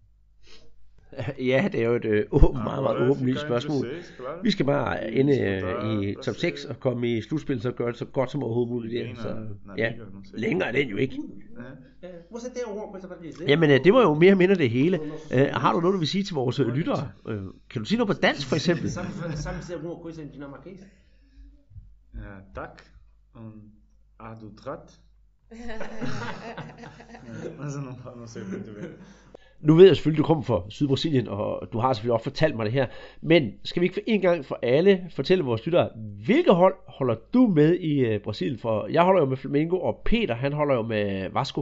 Ja, det er jo et øh, åben, meget, meget åbent spørgsmål. Vi skal bare ende øh, i top seks og komme i slutspil, så gøre det så godt som overhovedet muligt. Ja. Så, ja, længere er den jo ikke. Jamen, øh, det var jo mere eller mindre det hele. Øh, har du noget, du vil sige til vores øh, lyttere? Øh, kan du sige noget på dansk, for eksempel? Ja, tak. Um, er du træt? Altså, nu ser jeg det. Nu ved jeg selvfølgelig, at du kommer fra Sydbrasilien, og du har selvfølgelig også fortalt mig det her. Men skal vi ikke for en gang for alle fortælle vores lyttere, hvilke hold holder du med i uh, Brasilien? For jeg holder jo med Flamengo, og Peter, han holder jo med Vasco.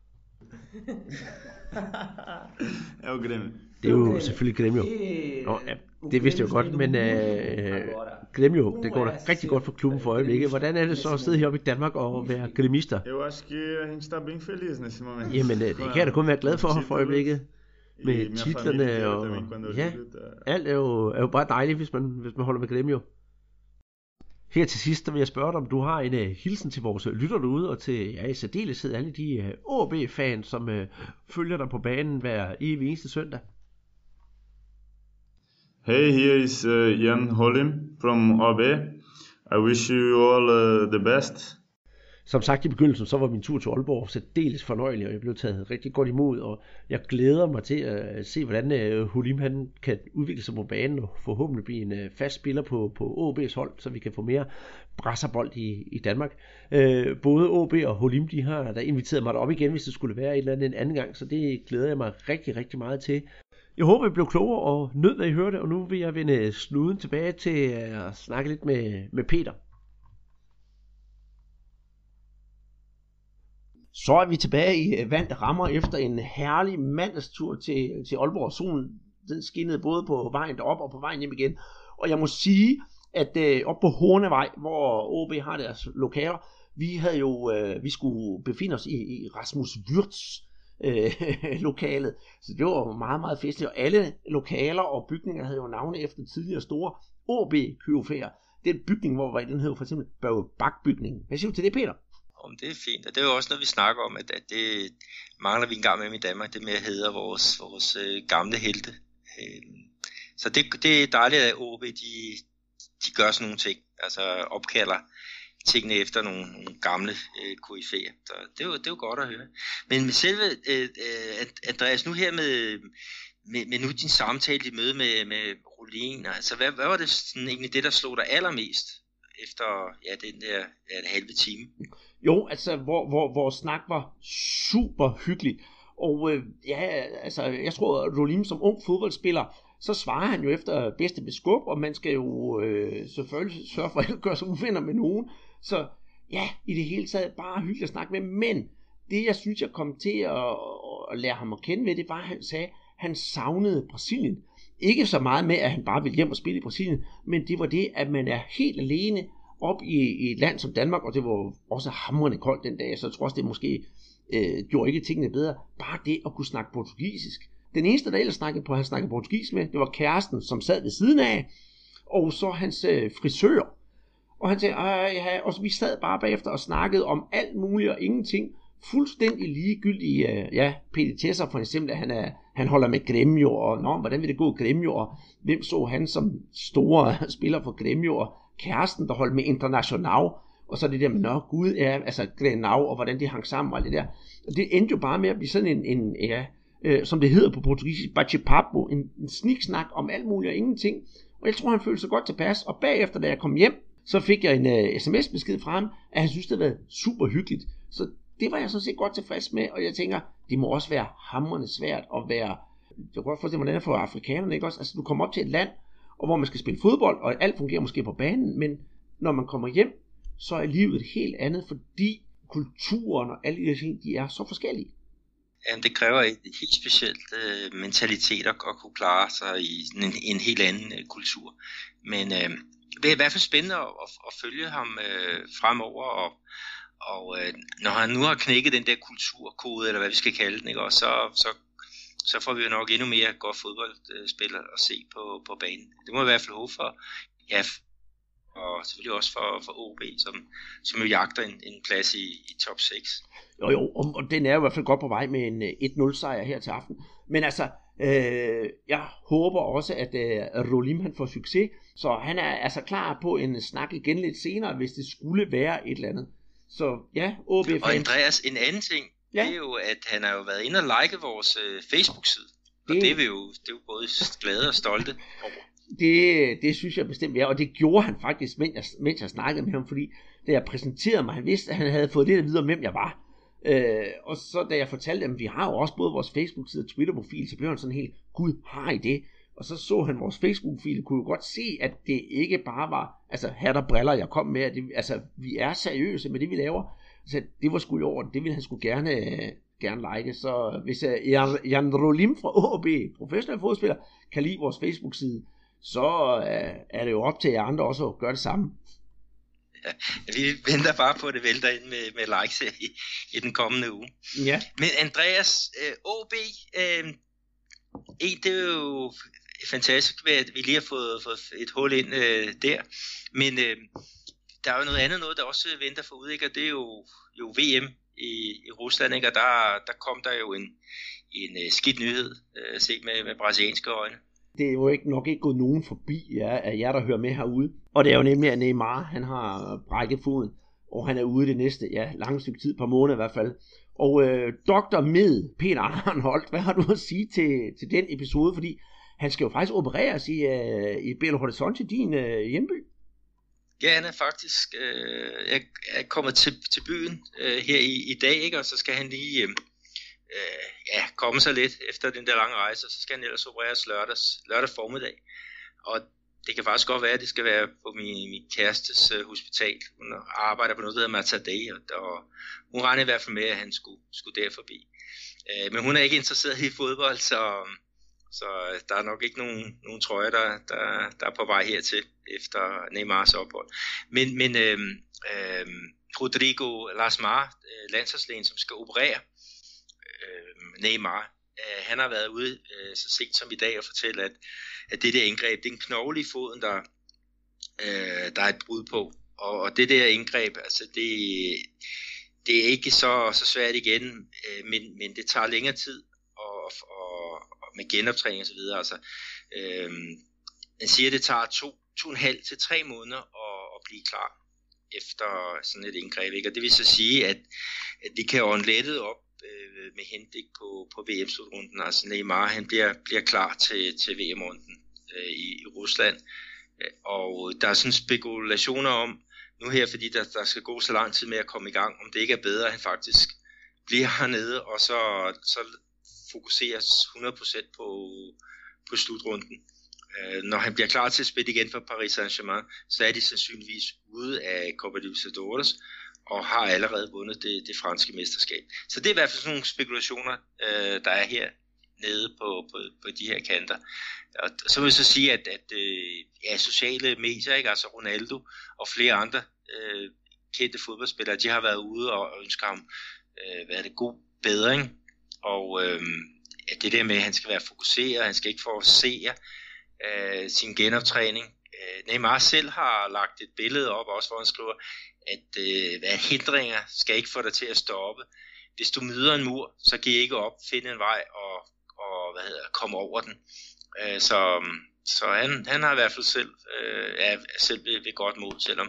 É o Grêmio. Det er jo selvfølgelig Grêmio. Nå, ja, det vidste jeg jo godt, men øh, Grêmio, det går da rigtig godt for klubben for øjeblikket. Hvordan er det så at sidde heroppe i Danmark og være gremister? Eu acho que a gente tá bem feliz nesse momento. Jamen, det kan jeg da kun være glad for for øjeblikket. Med titlerne og ja, alt er jo, er jo bare dejligt, hvis man, hvis man holder med Grêmio. Her til sidst, der vil jeg spørge dig, om du har en uh, hilsen til vores lytter derude, og til ja, i særdeleshed alle de uh, O B-fans, som uh, følger dig på banen hver evig eneste søndag. Hey, here is uh, Jan Holim from O B. I wish you all uh, the best. Som sagt i begyndelsen, så var min tur til Aalborg særdeles fornøjelig, og jeg blev taget rigtig godt imod, og jeg glæder mig til at se, hvordan uh, Holim han kan udvikle sig på banen, og forhåbentlig blive en uh, fast spiller på, på O B's hold, så vi kan få mere brasserbold i, i Danmark. Uh, både O B og Holim, de har der inviteret mig op igen, hvis det skulle være et eller andet en anden gang, så det glæder jeg mig rigtig, rigtig meget til. Jeg håber, I blev klogere og nød, hvad I hørte, og nu vil jeg vende snuden tilbage til at snakke lidt med, med Peter. Så er vi tilbage i vand rammer efter en herlig mandagstur til, til Aalborg. Solen den skinnede både på vejen derop og på vejen hjem igen. Og jeg må sige, at øh, op på Hornevej, hvor O B har deres lokaler, vi havde jo, øh, vi skulle befinde os i, i Rasmus Wirtz øh, lokalet. Så det var meget, meget festligt. Og alle lokaler og bygninger havde jo navne efter tidligere store O B-kyofærer. Den bygning, hvor var den hed for eksempel Børge Bak-bygningen. Hvad siger du til det, Peter? Om det er fint, og det er jo også noget, vi snakker om, at, at det mangler vi en gang med i Danmark, det med at hedre vores, vores øh, gamle helte. Øh, så det, det er dejligt, at O B, de, de gør sådan nogle ting, altså opkalder tingene efter nogle, nogle gamle øh, koryfæer. Så det er, jo, det er jo godt at høre. Men med selve, øh, Andreas, nu her med, med, med nu din samtale, dit møde med, med Rolin, altså hvad, hvad var det sådan, egentlig det, der slog dig allermest efter ja, den der ja, den halve time? Jo, altså, hvor, hvor vores snak var super hyggelig. Og øh, ja, altså, jeg tror, at Rolim som ung fodboldspiller, så svarer han jo efter bedste beskub, og man skal jo øh, selvfølgelig sørge for at ikke gøre sig uvenner med nogen. Så ja, i det hele taget bare hyggeligt at snakke med. Men det, jeg synes, jeg kom til at, at lære ham at kende ved, det var, at han sagde, at han savnede Brasilien. Ikke så meget med, at han bare ville hjem og spille i Brasilien, men det var det, at man er helt alene op i, i et land som Danmark, og det var også hamrende koldt den dag, så jeg tror også, det måske øh, gjorde ikke tingene bedre. Bare det at kunne snakke portugisisk. Den eneste, der ellers snakkede på, han snakkede portugis med, det var kæresten, som sad ved siden af, og så hans øh, frisør. Og han sagde, ja, og så vi sad bare bagefter og snakkede om alt muligt og ingenting, fuldstændig ligegyldige, øh, ja, petitesser for eksempel, at han, er, han holder med Grêmio, og nå, hvordan vil det gå Grêmio, og hvem så han som store spiller for Grêmio, og kæresten, der holdt med Internacional, og så det der med, nå gud, ja, altså Grenau, og hvordan det hang sammen og alt det der. Og det endte jo bare med at blive sådan en, en ja, øh, som det hedder på portugisisk, bate-papo, en, en sniksnak om alt muligt og ingenting. Og jeg tror, han følte sig godt tilpas, og bagefter, da jeg kom hjem, så fik jeg en uh, sms-besked fra ham, at han synes, det havde været super hyggeligt. Så det var jeg sådan set godt tilfreds med, og jeg tænker, det må også være hamrende svært at være, jeg kan godt forstå, hvordan det er for afrikanerne, ikke også? Altså, du kommer op til et land, og hvor man skal spille fodbold, og alt fungerer måske på banen, men når man kommer hjem, så er livet et helt andet, fordi kulturen og alle de her ting, de er så forskellige. Jamen, det kræver et helt specielt øh, mentalitet at, at kunne klare sig i en, en helt anden øh, kultur. Men øh, det er i hvert fald spændende at, at, at følge ham øh, fremover, og, og øh, når han nu har knækket den der kulturkode, eller hvad vi skal kalde den, ikke, og så, så, så får vi jo nok endnu mere godt fodboldspil at se på, på banen. Det må i hvert fald håbe for, ja, og selvfølgelig også for, for O B, som, som jo jagter en, en plads i, i top seks. Jo jo, og, og den er jo i hvert fald godt på vej med en et nul sejr her til aften. Men altså, øh, jeg håber også, at øh, Rolim han får succes, så han er altså klar på en snak igen lidt senere, hvis det skulle være et eller andet. Så ja, O B-fans. Og Andreas, en anden ting, ja, det er jo, at han har jo været inde og like vores øh, Facebook-side. Og det, det, er vi jo, det er jo både glade og stolte over. Det, det synes jeg bestemt er, og det gjorde han faktisk, mens jeg, mens jeg snakkede med ham, fordi da jeg præsenterede mig, han vidste, at han havde fået lidt at vide om, hvem jeg var. Øh, og så da jeg fortalte dem, at vi har jo også både vores Facebook-side og Twitter-profil, så blev han sådan helt, gud, har I det? Og så så han vores Facebook-profil, kunne jo godt se, at det ikke bare var, altså hat og briller, jeg kom med, at det, altså vi er seriøse med det, vi laver. Så det var sgu i orden, det ville han sgu gerne, gerne like. Så hvis uh, Jan, Jan Rolim fra O B, professionel fodspiller, kan lide vores Facebook-side, så uh, er det jo op til jer andre også at gøre det samme. Ja, vi venter bare på, at det vælter ind med, med likes i, i den kommende uge. Ja. Men Andreas, øh, O B, øh, det er jo fantastisk, at vi lige har fået, fået et hul ind øh, der. Men øh, der er jo noget andet noget, der også venter forud, ikke? Og det er jo, jo V M i, i Rusland, ikke? Og der, der kom der jo en, en uh, skidt nyhed, uh, set med, med brasilianske øjne. Det er jo ikke, nok ikke gået nogen forbi ja, af jer, der hører med herude. Og det er jo nemlig, at Neymar, han har brækket foden, og han er ude det næste, ja, lange stykke tid, par måneder i hvert fald. Og øh, doktor Med, Peter Arnholdt, hvad har du at sige til, til den episode? Fordi han skal jo faktisk opereres i, øh, i Belo Horizonte, din øh, hjemby. Ja, han er faktisk øh, jeg er kommet til, til byen øh, her i, i dag, ikke? Og så skal han lige øh, øh, ja, komme sig lidt efter den der lange rejse, og så skal han ellers opereres lørdags, lørdag formiddag. Og det kan faktisk godt være, at det skal være på min, min kærestes øh, hospital. Hun arbejder på noget, der hedder Matadei, og, og hun regner i hvert fald med, at han skulle, skulle der forbi. Øh, men hun er ikke interesseret i fodbold, så, så der er nok ikke nogen, nogen trøjer, der, der, der er på vej hertil efter Neymars ophold. Men, men øh, øh, Rodrigo Lasmar, øh, landsholdslægen, som skal operere øh, Neymar, øh, han har været ude øh, så sent som i dag og fortælle, at, at det der indgreb, det er en knogle i foden, der, øh, der er et brud på. Og, og det der indgreb, altså det, det er ikke så, så svært igen, øh, men, men det tager længere tid og, og, og med genoptræning og så videre. Altså, øh, man siger, at det tager to to og en halv til tre måneder at, at blive klar efter sådan et indgreb, ikke? Og det vil så sige, at, at vi kan ordne lettet op øh, med henblik på, på V M-slutrunden. Altså Neymar, han bliver, bliver klar til, til V M-runden øh, i, i Rusland. Og der er sådan spekulationer om, nu her, fordi der, der skal gå så lang tid med at komme i gang, om det ikke er bedre, at han faktisk bliver hernede, og så, så fokuseres hundrede procent på, på slutrunden. Når han bliver klar til at spille igen for Paris Saint-Germain, så er de sandsynligvis ude af Copa Libertadores og har allerede vundet det, det franske mesterskab. Så det er i hvert fald sådan nogle spekulationer, øh, der er her nede på, på, på de her kanter. Og så vil jeg så sige, at, at øh, ja, sociale medier, ikke? Altså Ronaldo og flere andre øh, kendte fodboldspillere, de har været ude og, og ønsker ham øh, hvad er det, god bedring. Og øh, ja, det der med, at han skal være fokuseret, han skal ikke forcere Uh, sin genoptræning. Uh, Neymar selv har lagt et billede op, også hvor han skriver, at uh, hvad hindringer skal ikke få dig til at stoppe. Hvis du møder en mur, så giv ikke op, find en vej og, og hvad hedder, kom over den. Uh, så så han, han har i hvert fald selv, uh, er selv ved, ved godt mod, selvom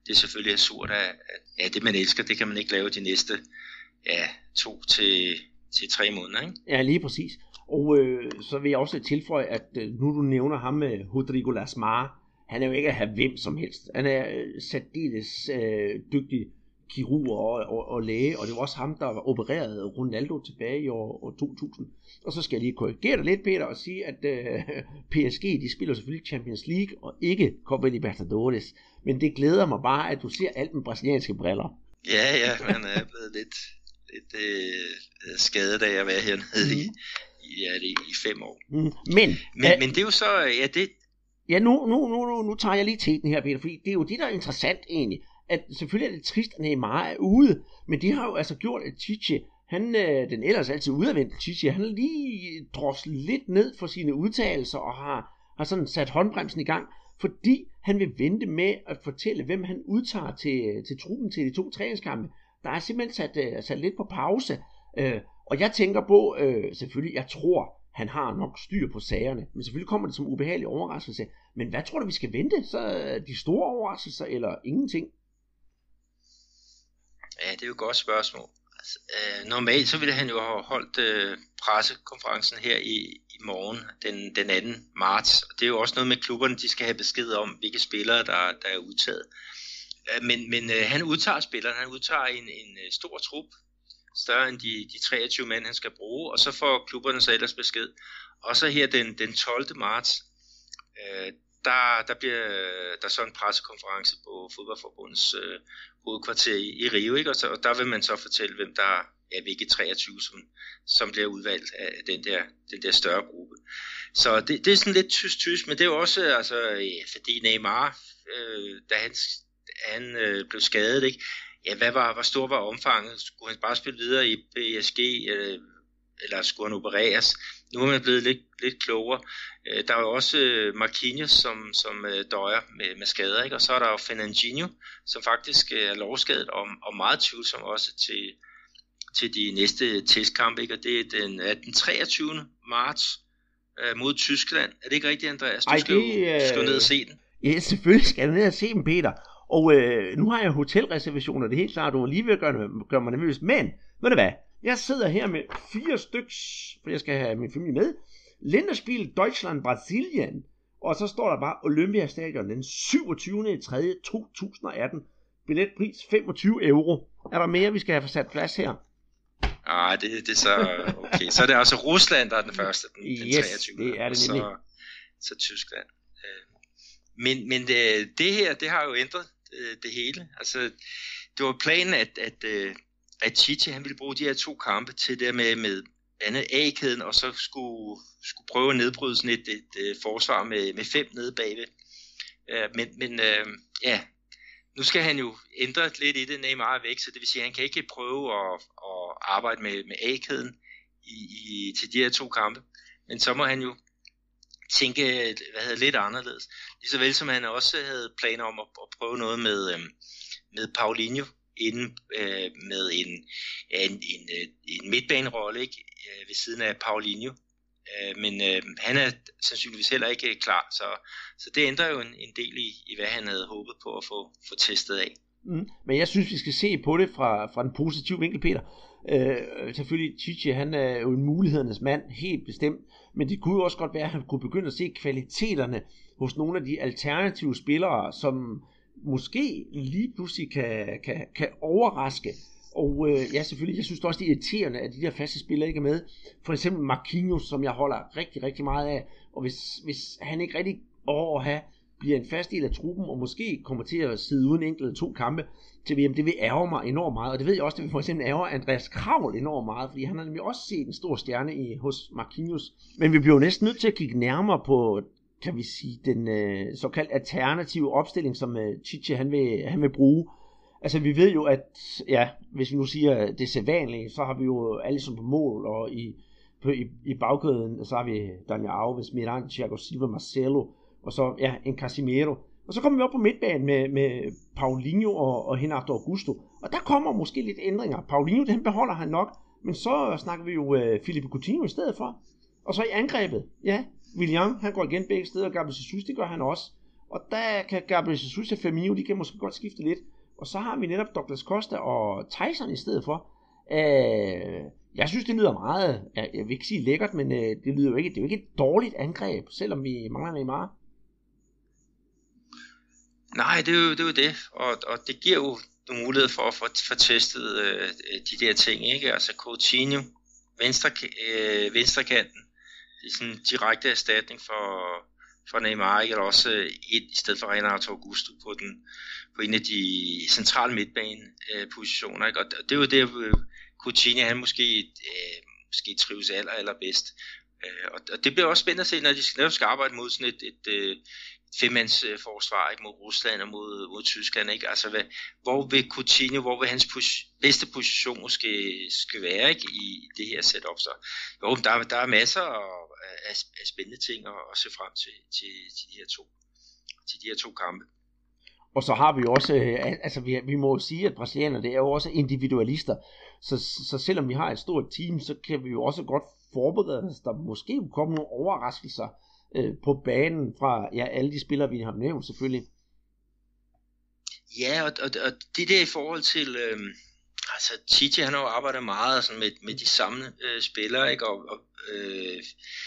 det selvfølgelig er surt, at, at ja, det man elsker, det kan man ikke lave de næste ja, to til, til tre måneder. Ikke? Ja, lige præcis. Og øh, så vil jeg også tilføje, at øh, nu du nævner ham med Rodrigo Lasmar, han er jo ikke at have hvem som helst. Han er øh, særdeles øh, dygtig kirurg og, og, og læge, og det var også ham, der opererede Ronaldo tilbage i år, år to tusind. Og så skal jeg lige korrigere dig lidt, Peter, og sige, at øh, P S G, de spiller selvfølgelig Champions League, og ikke Copa Libertadores. Men det glæder mig bare, at du ser alt med brasilianske briller. Ja, ja, man er blevet lidt, lidt øh, skadet af at være hernede mm. i, i, ja, det, i fem år. Mm. Men, men, øh, men det er jo så, ja, det... Ja, nu, nu, nu, nu, nu tager jeg lige teten her, Peter, fordi det er jo det, der er interessant egentlig. At selvfølgelig er det trist, at Neymar er ude, men det har jo altså gjort, at Tite, han, den ellers altid udadvendte Tite, han lige droslet lidt ned for sine udtalelser og har, har sådan sat håndbremsen i gang, fordi han vil vente med at fortælle, hvem han udtager til, til truppen til de to træningskampe. Der er simpelthen sat, sat lidt på pause, og jeg tænker på, selvfølgelig, jeg tror, han har nok styr på sagerne, men selvfølgelig kommer det som ubehagelig overraskelse. Men hvad tror du, vi skal vente? Så de store overraskelser eller ingenting? Ja, det er jo et godt spørgsmål. Altså, øh, normalt så ville han jo have holdt øh, pressekonferencen her i, i morgen, den, den anden marts. Og det er jo også noget med klubberne, de skal have besked om, hvilke spillere, der, der er udtaget. Øh, men men øh, han udtager spillerne, han udtager en, en stor trup, større end de, de treogtyve mænd, han skal bruge, og så får klubberne så ellers besked. Og så her den, den tolvte marts, øh, der, der bliver der så en pressekonference på Fodboldforbundets øh, hovedkvarter i, i Rio, ikke? Og, så, og der vil man så fortælle, hvem der er hvilke treogtyve, som, som bliver udvalgt af den der, den der større gruppe. Så det, det er sådan lidt tysk-tysk, men det er jo også, altså, ja, fordi Neymar, øh, da han, han øh, blev skadet, ikke? Ja, hvad var, hvor stor var omfanget? Skulle han bare spille videre i P S G, øh, eller skulle han opereres? Nu er man blevet lidt, lidt klogere. Øh, der er jo også øh, Marquinhos, som, som øh, døjer med, med skader, ikke? Og så er der jo Fernandinho, som faktisk øh, er lovskadet og, og meget tvivlsom også til, til de næste testkampe, ikke? Og det er den, er den treogtyvende marts øh, mod Tyskland. Er det ikke rigtigt, Andreas? Du Ej, skal, det, jo, du skal jo ned og se den. Ja, selvfølgelig skal jeg ned og se den, Peter. Og øh, nu har jeg hotelreservationer, det er helt klart, du var lige ved at gøre, gøre mig nervøs. Men, ved du hvad, jeg sidder her med fire styks, for jeg skal have min familie med. Länderspiel Deutschland-Brasilien. Og så står der bare Olympiastadion den syvogtyvende tredje to tusind atten. Billetpris femogtyve euro. Er der mere, vi skal have sat plads her? Ah, det, det er så okay. Så er det altså Rusland, der er den første, den, yes, den treogtyvende det er det nemlig. Så, så Tyskland. Men, men det, det her, det har jo ændret det, det hele. Altså, det var planen, at, at, at Tite, han ville bruge de her to kampe til det med, med andet A-kæden, og så skulle, skulle prøve at nedbryde sådan et, et, et forsvar med, med fem nede bagved. Men, men ja, nu skal han jo ændre lidt i det, Neymar er væk, så det vil sige, at han kan ikke prøve at, at arbejde med, med A-kæden i, i, til de her to kampe. Men så må han jo tænke hvad hedder, lidt anderledes. Lige så vel som han også havde planer om at, at prøve noget med, øh, med Paulinho inden øh, med en, en, en, en midtbanerolle, ikke? Øh, ved siden af Paulinho. Øh, men øh, han er sandsynligvis heller ikke klar, så, så det ændrer jo en, en del i, i, hvad han havde håbet på at få, få testet af. Mm, men jeg synes, vi skal se på det fra, fra den positive vinkel, Peter. Øh, selvfølgelig, Tite, han er jo en mulighedernes mand, helt bestemt. Men det kunne jo også godt være, at han kunne begynde at se kvaliteterne hos nogle af de alternative spillere, som måske lige pludselig kan, kan, kan overraske. Og øh, ja, selvfølgelig, jeg synes også, det er irriterende, at de der faste spillere ikke er med. For eksempel Marquinhos, som jeg holder rigtig, rigtig meget af. Og hvis, hvis han ikke rigtig over at have, bliver en fast del af truppen, og måske kommer til at sidde uden enkelt to kampe til V M, det vil ærge mig enormt meget. Og det ved jeg også, det vil for eksempel ærge Andreas Kravl enormt meget, fordi han har nemlig også set en stor stjerne i, hos Marquinhos. Men vi bliver jo næsten nødt til at kigge nærmere på, kan vi sige, den øh, såkaldt alternative opstilling, som øh, Tite han vil, han vil bruge. Altså vi ved jo, at ja, hvis vi nu siger det sædvanlige, så har vi jo Alisson på mål, og i, på, i, i bagkæden, så har vi Daniel Alves, Miranda, Thiago Silva, Marcelo, og så ja, en Casemiro. Og så kommer vi op på midtbanen med, med Paulinho og, og Renato Augusto. Og der kommer måske lidt ændringer. Paulinho, den beholder han nok, men så snakker vi jo uh, Filipe Coutinho i stedet for. Og så i angrebet, ja, William, han går igen begge steder, og Gabriel Jesus, det gør han også. Og der kan Gabriel Jesus og Firmino, de kan måske godt skifte lidt. Og så har vi netop Douglas Costa og Tyson i stedet for. Øh, jeg synes, det lyder meget, jeg vil ikke sige lækkert, men øh, det lyder jo ikke, det er jo ikke et dårligt angreb, selvom vi mangler Neymar. Nej, det er jo det, er jo det. Og, og det giver jo nogle muligheder for at få for testet øh, de der ting, ikke? Altså Coutinho, venstre, øh, venstrekanten, det er sådan en direkte erstatning for, for Neymar, ikke? Eller også øh, et, i stedet for Renato Augusto på, den, på en af de centrale midtbanepositioner, ikke? Og det er jo det, øh, Coutinho, han måske, øh, måske trives aller, allerbedst. Øh, og, og det bliver også spændende at se, når de netop skal arbejde mod sådan et, et, et femmands øh, forsvar, ikke, mod Rusland og mod, mod Tyskland, ikke? Altså, hvad, hvor vil Coutinho, hvor vil hans pos- bedste position måske skal være, ikke, i det her setup? Så jo, der, der er masser af, af, af spændende ting at, at se frem til, til, til, de her to, til de her to kampe. Og så har vi jo også, altså vi, vi må jo sige, at brasilianerne, det er jo også individualister, så, så selvom vi har et stort team, så kan vi jo også godt forberede os, der måske vil komme nogle overraskelser øh, på banen fra ja, alle de spillere, vi har nævnt selvfølgelig. Ja, og, og, og det der i forhold til, øh, altså Tite, han har jo arbejdet meget sådan med, med de samme øh, spillere, ikke, og, og øh,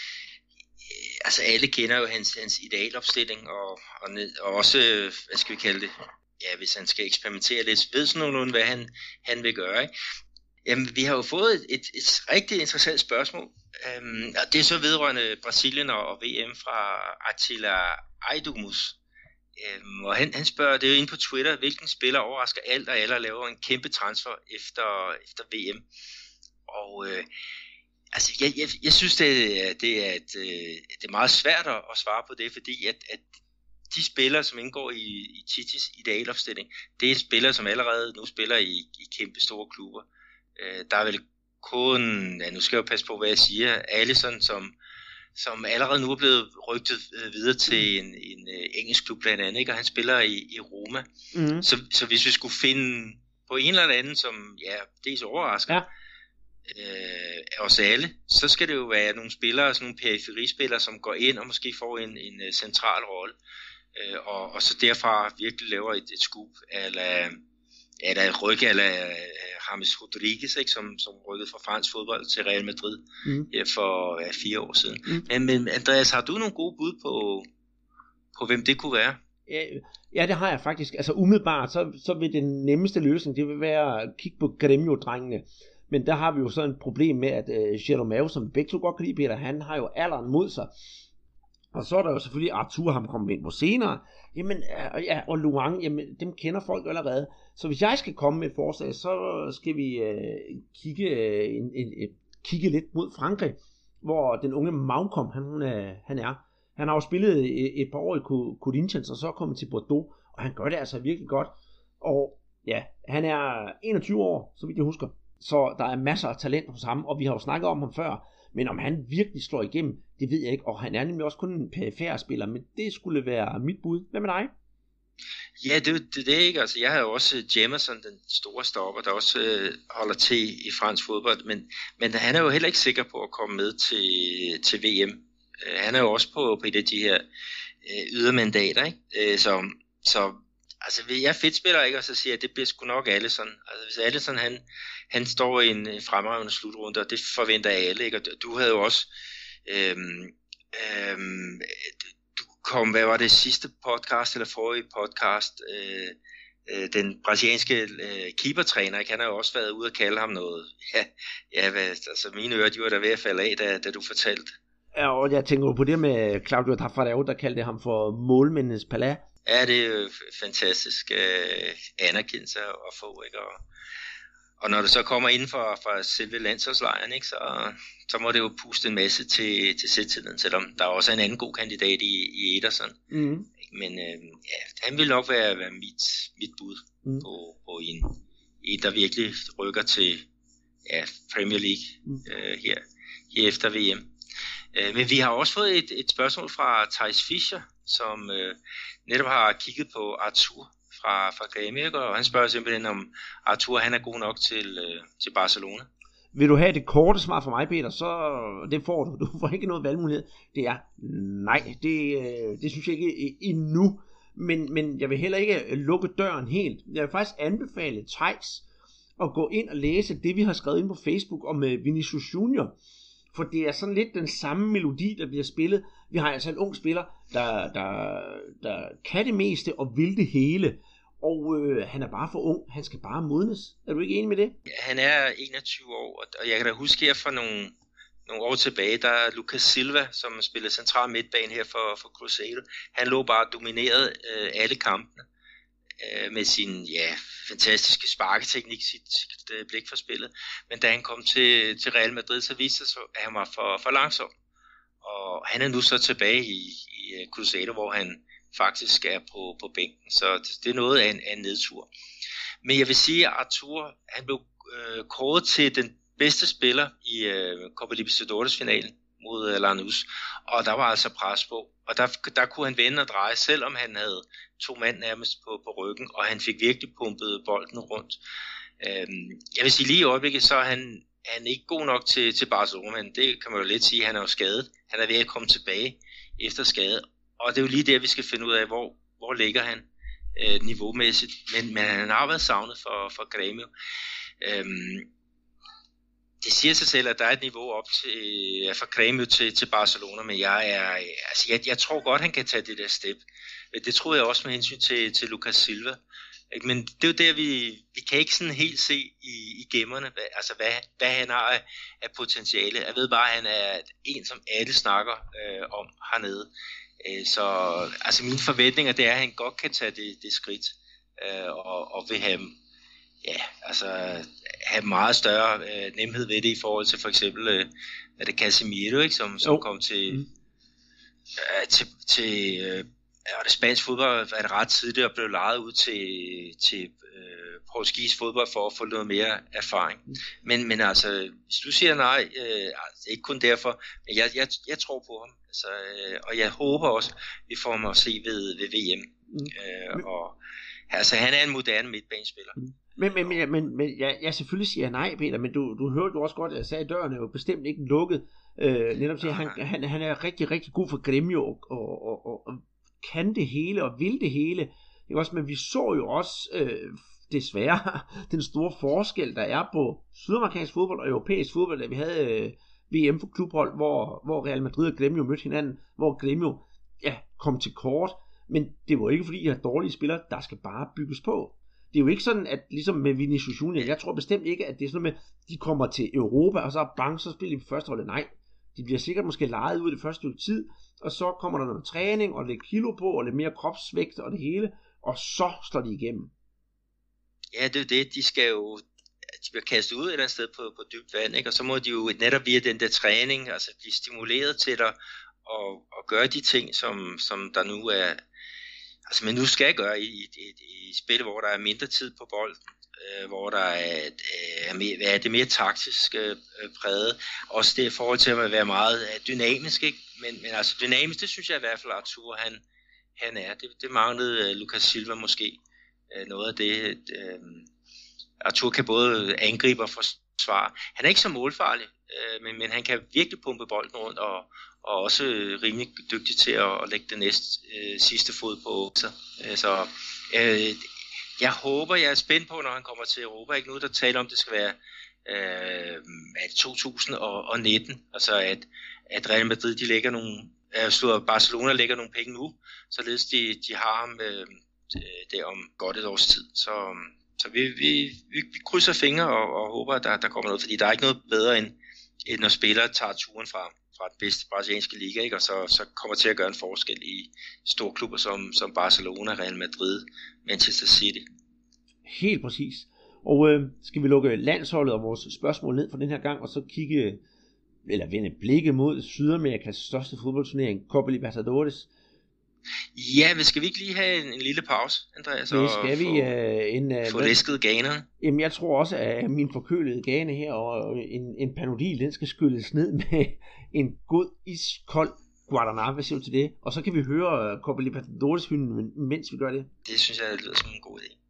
altså alle kender jo hans, hans idealopstilling, og, og, og også, hvad skal vi kalde det, ja, hvis han skal eksperimentere lidt, ved sådan nogenlunde, hvad han, han vil gøre, ikke? Jamen, vi har jo fået et, et, et rigtig interessant spørgsmål, øhm, og det er så vedrørende Brasilien og, og V M fra Attila Eidumus, øhm, og han, han spørger, det er jo inde på Twitter, hvilken spiller overrasker alt og alle laver en kæmpe transfer efter, efter V M, og øh, altså, jeg, jeg, jeg synes, det, det, er et, det er meget svært at svare på det, fordi at, at de spillere, som indgår i, i Titis idealopstilling, det er spillere, som allerede nu spiller i, i kæmpe store klubber. Øh, der er vel kun, ja, nu skal jeg jo passe på, hvad jeg siger, Alisson, som, som allerede nu er blevet rygtet videre til en, en engelsk klub blandt andet, ikke? Og han spiller i, i Roma. Mm. Så, så hvis vi skulle finde på en eller anden, som ja, dels overrasker, ja. Øh, os alle, så skal det jo være nogle spillere, sådan nogle periferispillere, som går ind og måske får en, en uh, central rolle, øh, og, og så derfra virkelig laver et, et scoop, eller, eller et rykke, eller uh, James Rodriguez, ikke, som, som rykkede fra fransk fodbold til Real Madrid mm. ja, for ja, fire år siden. Mm. Men, men Andreas, har du nogle gode bud på, på hvem det kunne være? Ja, ja, det har jeg faktisk. Altså umiddelbart, så, så vil den nemmeste løsning, det vil være at kigge på Grêmio-drengene. Men der har vi jo så et problem med, at øh, Jeromeo, som begge to godt kan lide, Peter, han har jo alderen mod sig. Og så er der jo selvfølgelig Arthur, ham kommer ind på senere. Jamen, øh, ja, og Luang, jamen, dem kender folk allerede. Så hvis jeg skal komme med et forslag, så skal vi øh, kigge, øh, en, en, en, kigge lidt mod Frankrig, hvor den unge Malcolm, han, øh, han er. Han har jo spillet et, et par år i Corinthians, og så er kommet til Bordeaux, og han gør det altså virkelig godt. Og ja, han er enogtyve år, så vidt jeg husker. Så der er masser af talent hos ham, og vi har jo snakket om ham før, men om han virkelig slår igennem, det ved jeg ikke, og han er nemlig også kun en perifær spiller, men det skulle være mit bud. Hvad med dig? Ja, det er det, det ikke. Altså, jeg har jo også Jamerson, den store stopper, der også øh, holder til i fransk fodbold, men, men han er jo heller ikke sikker på at komme med til, til V M. Uh, han er jo også på, på et af de her uh, ydermandater, ikke? Uh, så, så altså, jeg fedtspiller ikke, og så siger jeg, at det bliver sgu nok Alisson. Altså, hvis Alisson, han, han står i en fremragende slutrunde, og det forventer alle, ikke? Og du havde jo også, øhm, øhm, du kom, hvad var det, sidste podcast, eller forrige podcast, øh, øh, den brasilianske øh, keepertræner, ikke? Han har jo også været ude og kalde ham noget, ja, ja hvad, altså mine ører, de var der ved at falde af, da, da du fortalte. Ja, og jeg tænker på det med Claudio Taffarel, der kaldte ham for målmændenes palæ. Ja, det er jo fantastisk øh, anerkendelse at få, ikke? Og, og når du så kommer inden for, for selve landsholdslejren, ikke, så, så må det jo puste en masse til, til selvtilliden, selvom der er også en anden god kandidat i, i Ederson. Mm. Men øh, ja, han vil nok være, være mit, mit bud mm. på, på en, en, der virkelig rykker til ja, Premier League mm. øh, her, her efter V M. Øh, men vi har også fået et, et spørgsmål fra Thijs Fischer, som øh, netop har kigget på Arthur fra, fra Grêmio, og han spørger simpelthen, om Arthur han er god nok til, øh, til Barcelona. Vil du have det korte svar fra mig, Peter, så det får du. Du får ikke noget valgmulighed. Det er nej, det, øh, det synes jeg ikke endnu. men, men jeg vil heller ikke lukke døren helt. Jeg vil faktisk anbefale Theis at gå ind og læse det, vi har skrevet ind på Facebook om Vinicius Junior, for det er sådan lidt den samme melodi, der bliver spillet. Vi har altså en ung spiller, der, der, der kan det meste og vil det hele, og øh, han er bare for ung. Han skal bare modnes. Er du ikke enig med det? Ja, han er enogtyve år, og jeg kan da huske her for nogle, nogle år tilbage, der er Lucas Silva, som spillede central midtbane her for, for Cruzeiro. Han lå bare domineret øh, alle kampene øh, med sin ja, fantastiske sparketeknik, sit, sit øh, blik for spillet. Men da han kom til, til Real Madrid, så viste det sig, at han var for, for langsom. Og han er nu så tilbage i, i Cruzeiro, hvor han faktisk er på, på bænken. Så det, det er noget af en, af en nedtur. Men jeg vil sige, at Artur, han blev øh, kåret til den bedste spiller i øh, Copa Libertadores-finalen mod øh, Lanús. Og der var altså pres på. Og der, der kunne han vende og dreje, selvom han havde to mand nærmest på, på ryggen. Og han fik virkelig pumpet bolden rundt. Øhm, jeg vil sige, lige i øjeblikket, så er han, han ikke god nok til, til Barcelona. Men det kan man jo lidt sige, han er jo skadet. Han er ved at komme tilbage efter skade. Og det er jo lige der, vi skal finde ud af, hvor, hvor ligger han øh, niveaumæssigt. Men, men han har været savnet for, for Grêmio. Øhm, det siger sig selv, at der er et niveau op til, ja, fra Grêmio til, til Barcelona, men jeg, er, altså jeg, jeg tror godt, han kan tage det der step. Det tror jeg også med hensyn til, til Lucas Silva. Men det er jo der, vi, vi kan ikke sådan helt se i, i gemmerne, hvad, altså hvad, hvad han har af, af potentiale. Jeg ved bare, at han er en, som alle snakker øh, om hernede. Så altså mine forventninger, det er, at han godt kan tage det, det skridt, øh, og, og vil have, ja, altså, have meget større øh, nemhed ved det i forhold til for eksempel, øh, er det Casemiro, ikke, som, som oh. kom til, mm. øh, til, til øh, det spansk fodbold, var det ret tidligt og blev lejet ud til, til øh, portugisisk fodbold for at få noget mere erfaring. Mm. Men, men altså, hvis du siger nej, øh, altså, ikke kun derfor, men jeg, jeg, jeg tror på ham. Altså, øh, og jeg håber også, vi får ham at se ved, ved V M. Mm. Øh, og, altså, han er en moderne midtbanespiller. Mm. Men, men, men, men, men jeg, jeg selvfølgelig siger nej, Peter, men du, du hørte jo også godt, at jeg sagde, at døren er jo bestemt ikke lukket. Øh, netop til, at han, han, han er rigtig, rigtig god for Grêmio, og, og, og, og, og kan det hele, og vil det hele. Ikke også? Men vi så jo også, øh, desværre, den store forskel, der er på sydamerikansk fodbold og europæisk fodbold, da vi havde øh, V M for klubhold, hvor, hvor Real Madrid og Grêmio mødte hinanden, hvor Grêmio ja, kom til kort, men det var ikke fordi, de har dårlige spillere, der skal bare bygges på. Det er jo ikke sådan, at ligesom med Vinicius Junior, jeg tror bestemt ikke, at det er sådan med, de kommer til Europa, og så bang, så spiller de på første holdet. Nej, de bliver sikkert måske lejet ud det første stykke tid, og så kommer der noget træning, og lidt kilo på, og lidt mere kropsvægt og det hele, og så slår de igennem. Ja, det er det. De skal jo, de bliver kastet ud et eller andet sted på, på dybt vand, ikke? Og så må de jo netop via den der træning, altså blive stimuleret til at og, og gøre de ting, som, som der nu er, altså man nu skal gøre i, i, i, i spil, hvor der er mindre tid på bolden, øh, hvor der er, er, mere, er det mere taktisk øh, præget, også det i forhold til at være meget dynamisk, ikke? Men, men altså dynamisk, det synes jeg i hvert fald, Artur, han, han er. Det, det manglede uh, Lucas Silva måske uh, noget af det. Uh, Artur kan både angribe og forsvare. Han er ikke så målfarlig, uh, men, men han kan virkelig pumpe bolden rundt, og, og også uh, rimelig dygtig til at, at lægge det næste uh, sidste fod på sig. Uh, så uh, jeg håber, jeg er spændt på, når han kommer til Europa. Ikke nu, der taler om, det skal være uh, to tusind nitten, altså at at Real Madrid, de lægger nogle, øh, Barcelona lægger nogle penge nu, således de, de har ham øh, det om godt et års tid. Så, så vi, vi, vi, vi krydser fingre og, og håber, at der, der kommer noget, fordi der er ikke noget bedre, end, end når spillere tager turen fra, fra den bedste brasilianske liga, ikke? Og så, så kommer til at gøre en forskel i store klubber som, som Barcelona, Real Madrid, Manchester City. Helt præcis. Og øh, skal vi lukke landsholdet og vores spørgsmål ned for den her gang, og så kigge eller vende blikket mod Sydamerikas største fodboldturnering, Copa Libertadores. Ja, men skal vi ikke lige have en, en lille pause, Andreas? Det skal vi. Få, uh, en, uh, få læsket ganerne. Jamen, jeg tror også, at min forkølede gane her, og en, en Panodil, den skal skylles ned med en god, iskold Guaraná. Hvad siger du til det? Og så kan vi høre Copa Libertadores-hymnen, mens vi gør det. Det synes jeg, det lyder som en god idé.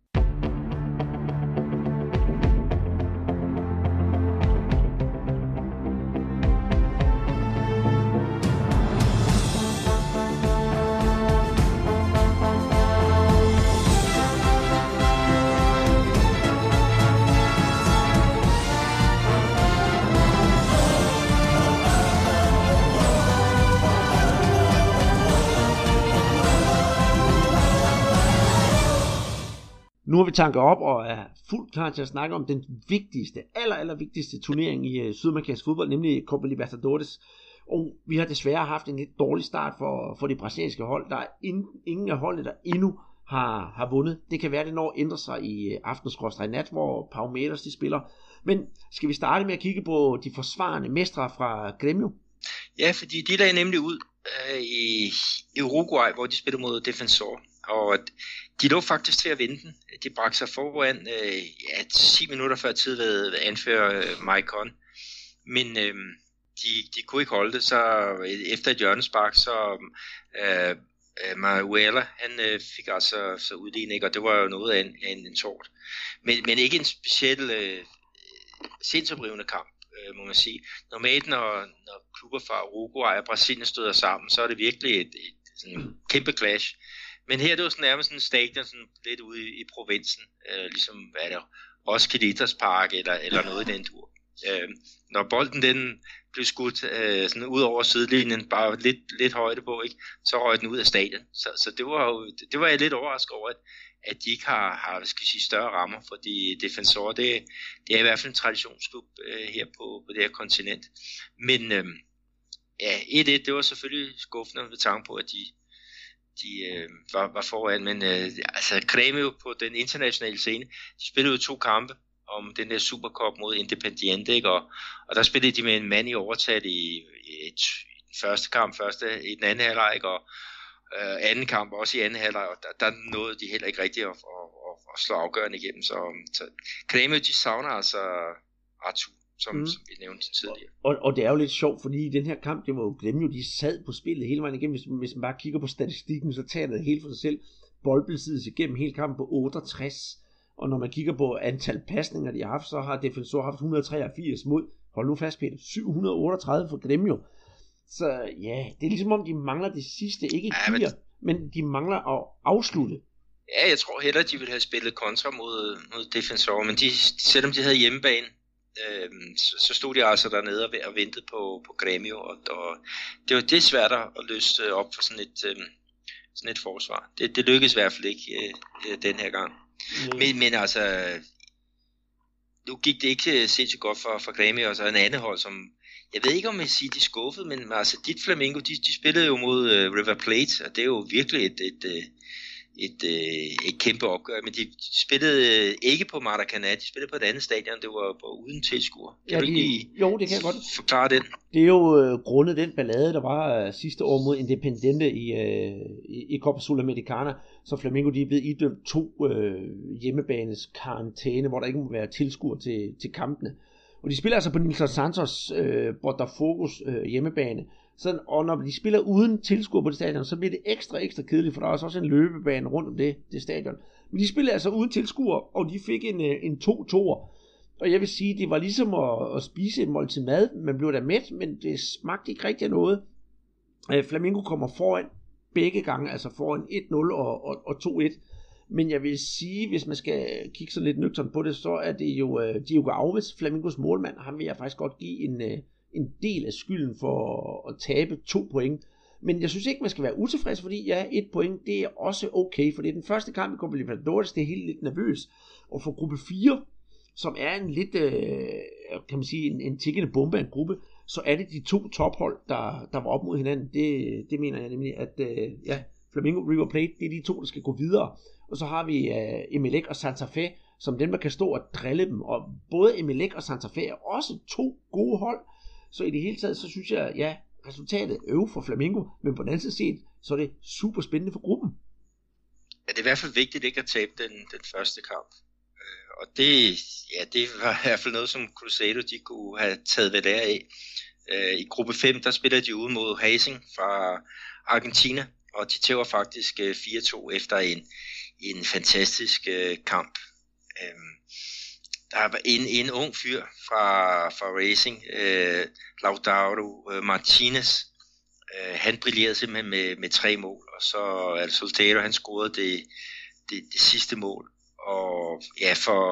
Nu har vi tanket op og er fuldt klar til at snakke om den vigtigste, aller, aller vigtigste turnering i uh, sydamerikansk fodbold, nemlig Copa Libertadores. Og vi har desværre haft en lidt dårlig start for, for de brasilianske hold. Der er in, ingen af holdene, der endnu har, har vundet. Det kan være, det når ændrer sig i aftenskrådstræk nat, hvor Palmeiras de spiller. Men skal vi starte med at kigge på de forsvarende mestre fra Grêmio? Ja, fordi de lagde nemlig ud øh, i, i Uruguay, hvor de spillede mod Defensor. Og de lå faktisk til at vinde den. De bragte sig foran øh, ja, ti minutter før tid ved, ved anfører øh, Maicon. Men øh, de, de kunne ikke holde det, så efter et hjørnespark, så øh, øh, Manuela, han øh, fik altså så udligning, og det var jo noget af en, en, en tort. Men, men ikke en speciel øh, sindsoprivende kamp, øh, må man sige. Normalt, når, når klubber fra Uruguay og Brasilien støder sammen, så er det virkelig et, et sådan en kæmpe clash. Men her er det jo sådan nærmest sådan en stadion sådan lidt ude i, i provinsen, øh, ligesom hvad er det, Roskilde Idrætspark eller, eller noget i den tur. Øh, når bolden den blev skudt øh, sådan ud over sidelinjen, bare lidt, lidt højde på, ikke, så røg den ud af stadion. Så, så det var jo, det var jeg lidt overrasket over, at, at de ikke har, har skal sige, større rammer, fordi Defensor, det, det er i hvert fald en traditionsklub øh, her på, på det her kontinent. Men øh, ja, et et, det var selvfølgelig skuffende ved tanke på, at de de øh, var, var foran, men øh, altså Grêmio på den internationale scene, de spillede jo to kampe om den der Supercup mod Independiente, ikke? Og, og der spillede de med en mand i overtal i, i, et, i den første kamp, første, i den anden halvleg, og øh, anden kamp også i anden halvleg, og der, der nåede de heller ikke rigtigt at, at, at, at slå afgørende igennem, så, så Grêmio, de savner altså Arthur, som, mm. som vi nævnte tidligere. Og, og det er jo lidt sjovt, fordi i den her kamp, det var jo Grêmio, de sad på spillet hele vejen igennem. Hvis, hvis man bare kigger på statistikken, så tager det helt for sig selv. Boldbesiddelse igennem hele kampen på otteogtres. Og når man kigger på antal pasninger, de har haft, så har Defensor haft et hundrede og treogfirs mod, hold nu fast, Peter, syv hundrede og otteogtredive for Grêmio. Så ja, det er ligesom om, de mangler det sidste. Ikke ja, gear, men... men de mangler at afslutte. Ja, jeg tror heller, de ville have spillet kontra mod, mod Defensor, men de, selvom de havde hjemmebane, Øhm, så, så stod de altså dernede og, og ventede på, på Grêmio, og, og det var det svært at løse op for sådan et, øhm, sådan et forsvar. Det, det lykkedes i hvert fald ikke øh, den her gang. Mm. Men, men altså, nu gik det ikke sindssygt godt for, for Grêmio, og så en anden hold, som, jeg ved ikke om jeg siger, de skuffede, men altså dit Flamengo, de, de spillede jo mod uh, River Plate, og det er jo virkelig et, et, et, et, et kæmpe opgør, men de spillede ikke på Maracanã, de spillede på et andet stadion, det var, var uden tilskuer. Kan ja, du ikke lige jo, det kan jeg godt forklare den? Det er jo øh, grundet den ballade, der var øh, sidste år mod Independiente i, øh, i, i Copa Sudamericana, så Flamengo de er blevet idømt to øh, hjemmebanes karantæne, hvor der ikke må være tilskuer til, til kampene. Og de spiller altså på Nilson Santos øh, Botafogo's øh, hjemmebane. Sådan, og når de spiller uden tilskuer på det stadion, så bliver det ekstra, ekstra kedeligt, for der er også en løbebane rundt om det, det stadion. Men de spiller altså uden tilskuer, og de fik en, en to-toer. Og jeg vil sige, det var ligesom at, at spise et måltid mad. Man blev da mæt, men det smagte ikke rigtig af noget. Flamengo kommer foran begge gange, altså foran et nul og, og, og to et. Men jeg vil sige, hvis man skal kigge så lidt nøgternt på det, så er det jo uh, Diogo Alves, Flamengos målmand. Ham vil jeg faktisk godt give en, uh, en del af skylden for at tabe to point. Men jeg synes ikke, man skal være utilfreds, fordi ja, et point, det er også okay. For det er den første kamp i Copa Libertadores, det er helt lidt nervøs. Og for gruppe fire, som er en lidt, uh, kan man sige, en, en tikkende bombe af en gruppe, så er det de to tophold, der, der var op mod hinanden. Det, det mener jeg nemlig, at uh, ja, Flamengo River Plate, det er de to, der skal gå videre. Og så har vi uh, Emelec og Santa Fe, som dem, der kan stå og drille dem. Og både Emelec og Santa Fe er også to gode hold. Så i det hele taget, så synes jeg, ja, resultatet er øv for Flamengo, men på den anden side, så er det super spændende for gruppen. Ja, det er i hvert fald vigtigt ikke at tabe den, den første kamp. Øh, og det, ja, det var i hvert fald noget, som Cruzeiro de kunne have taget ved der af. Øh, I gruppe fem, der spiller de ude mod Racing fra Argentina, og de tæver faktisk øh, fire to efter en, en fantastisk øh, kamp. Øh, Der er en, en ung fyr fra, fra Racing, øh, Lautaro øh, Martinez. Øh, han brillerede simpelthen med, med tre mål, og så Al Soltero, han scorede det, det, det sidste mål. Og ja, for,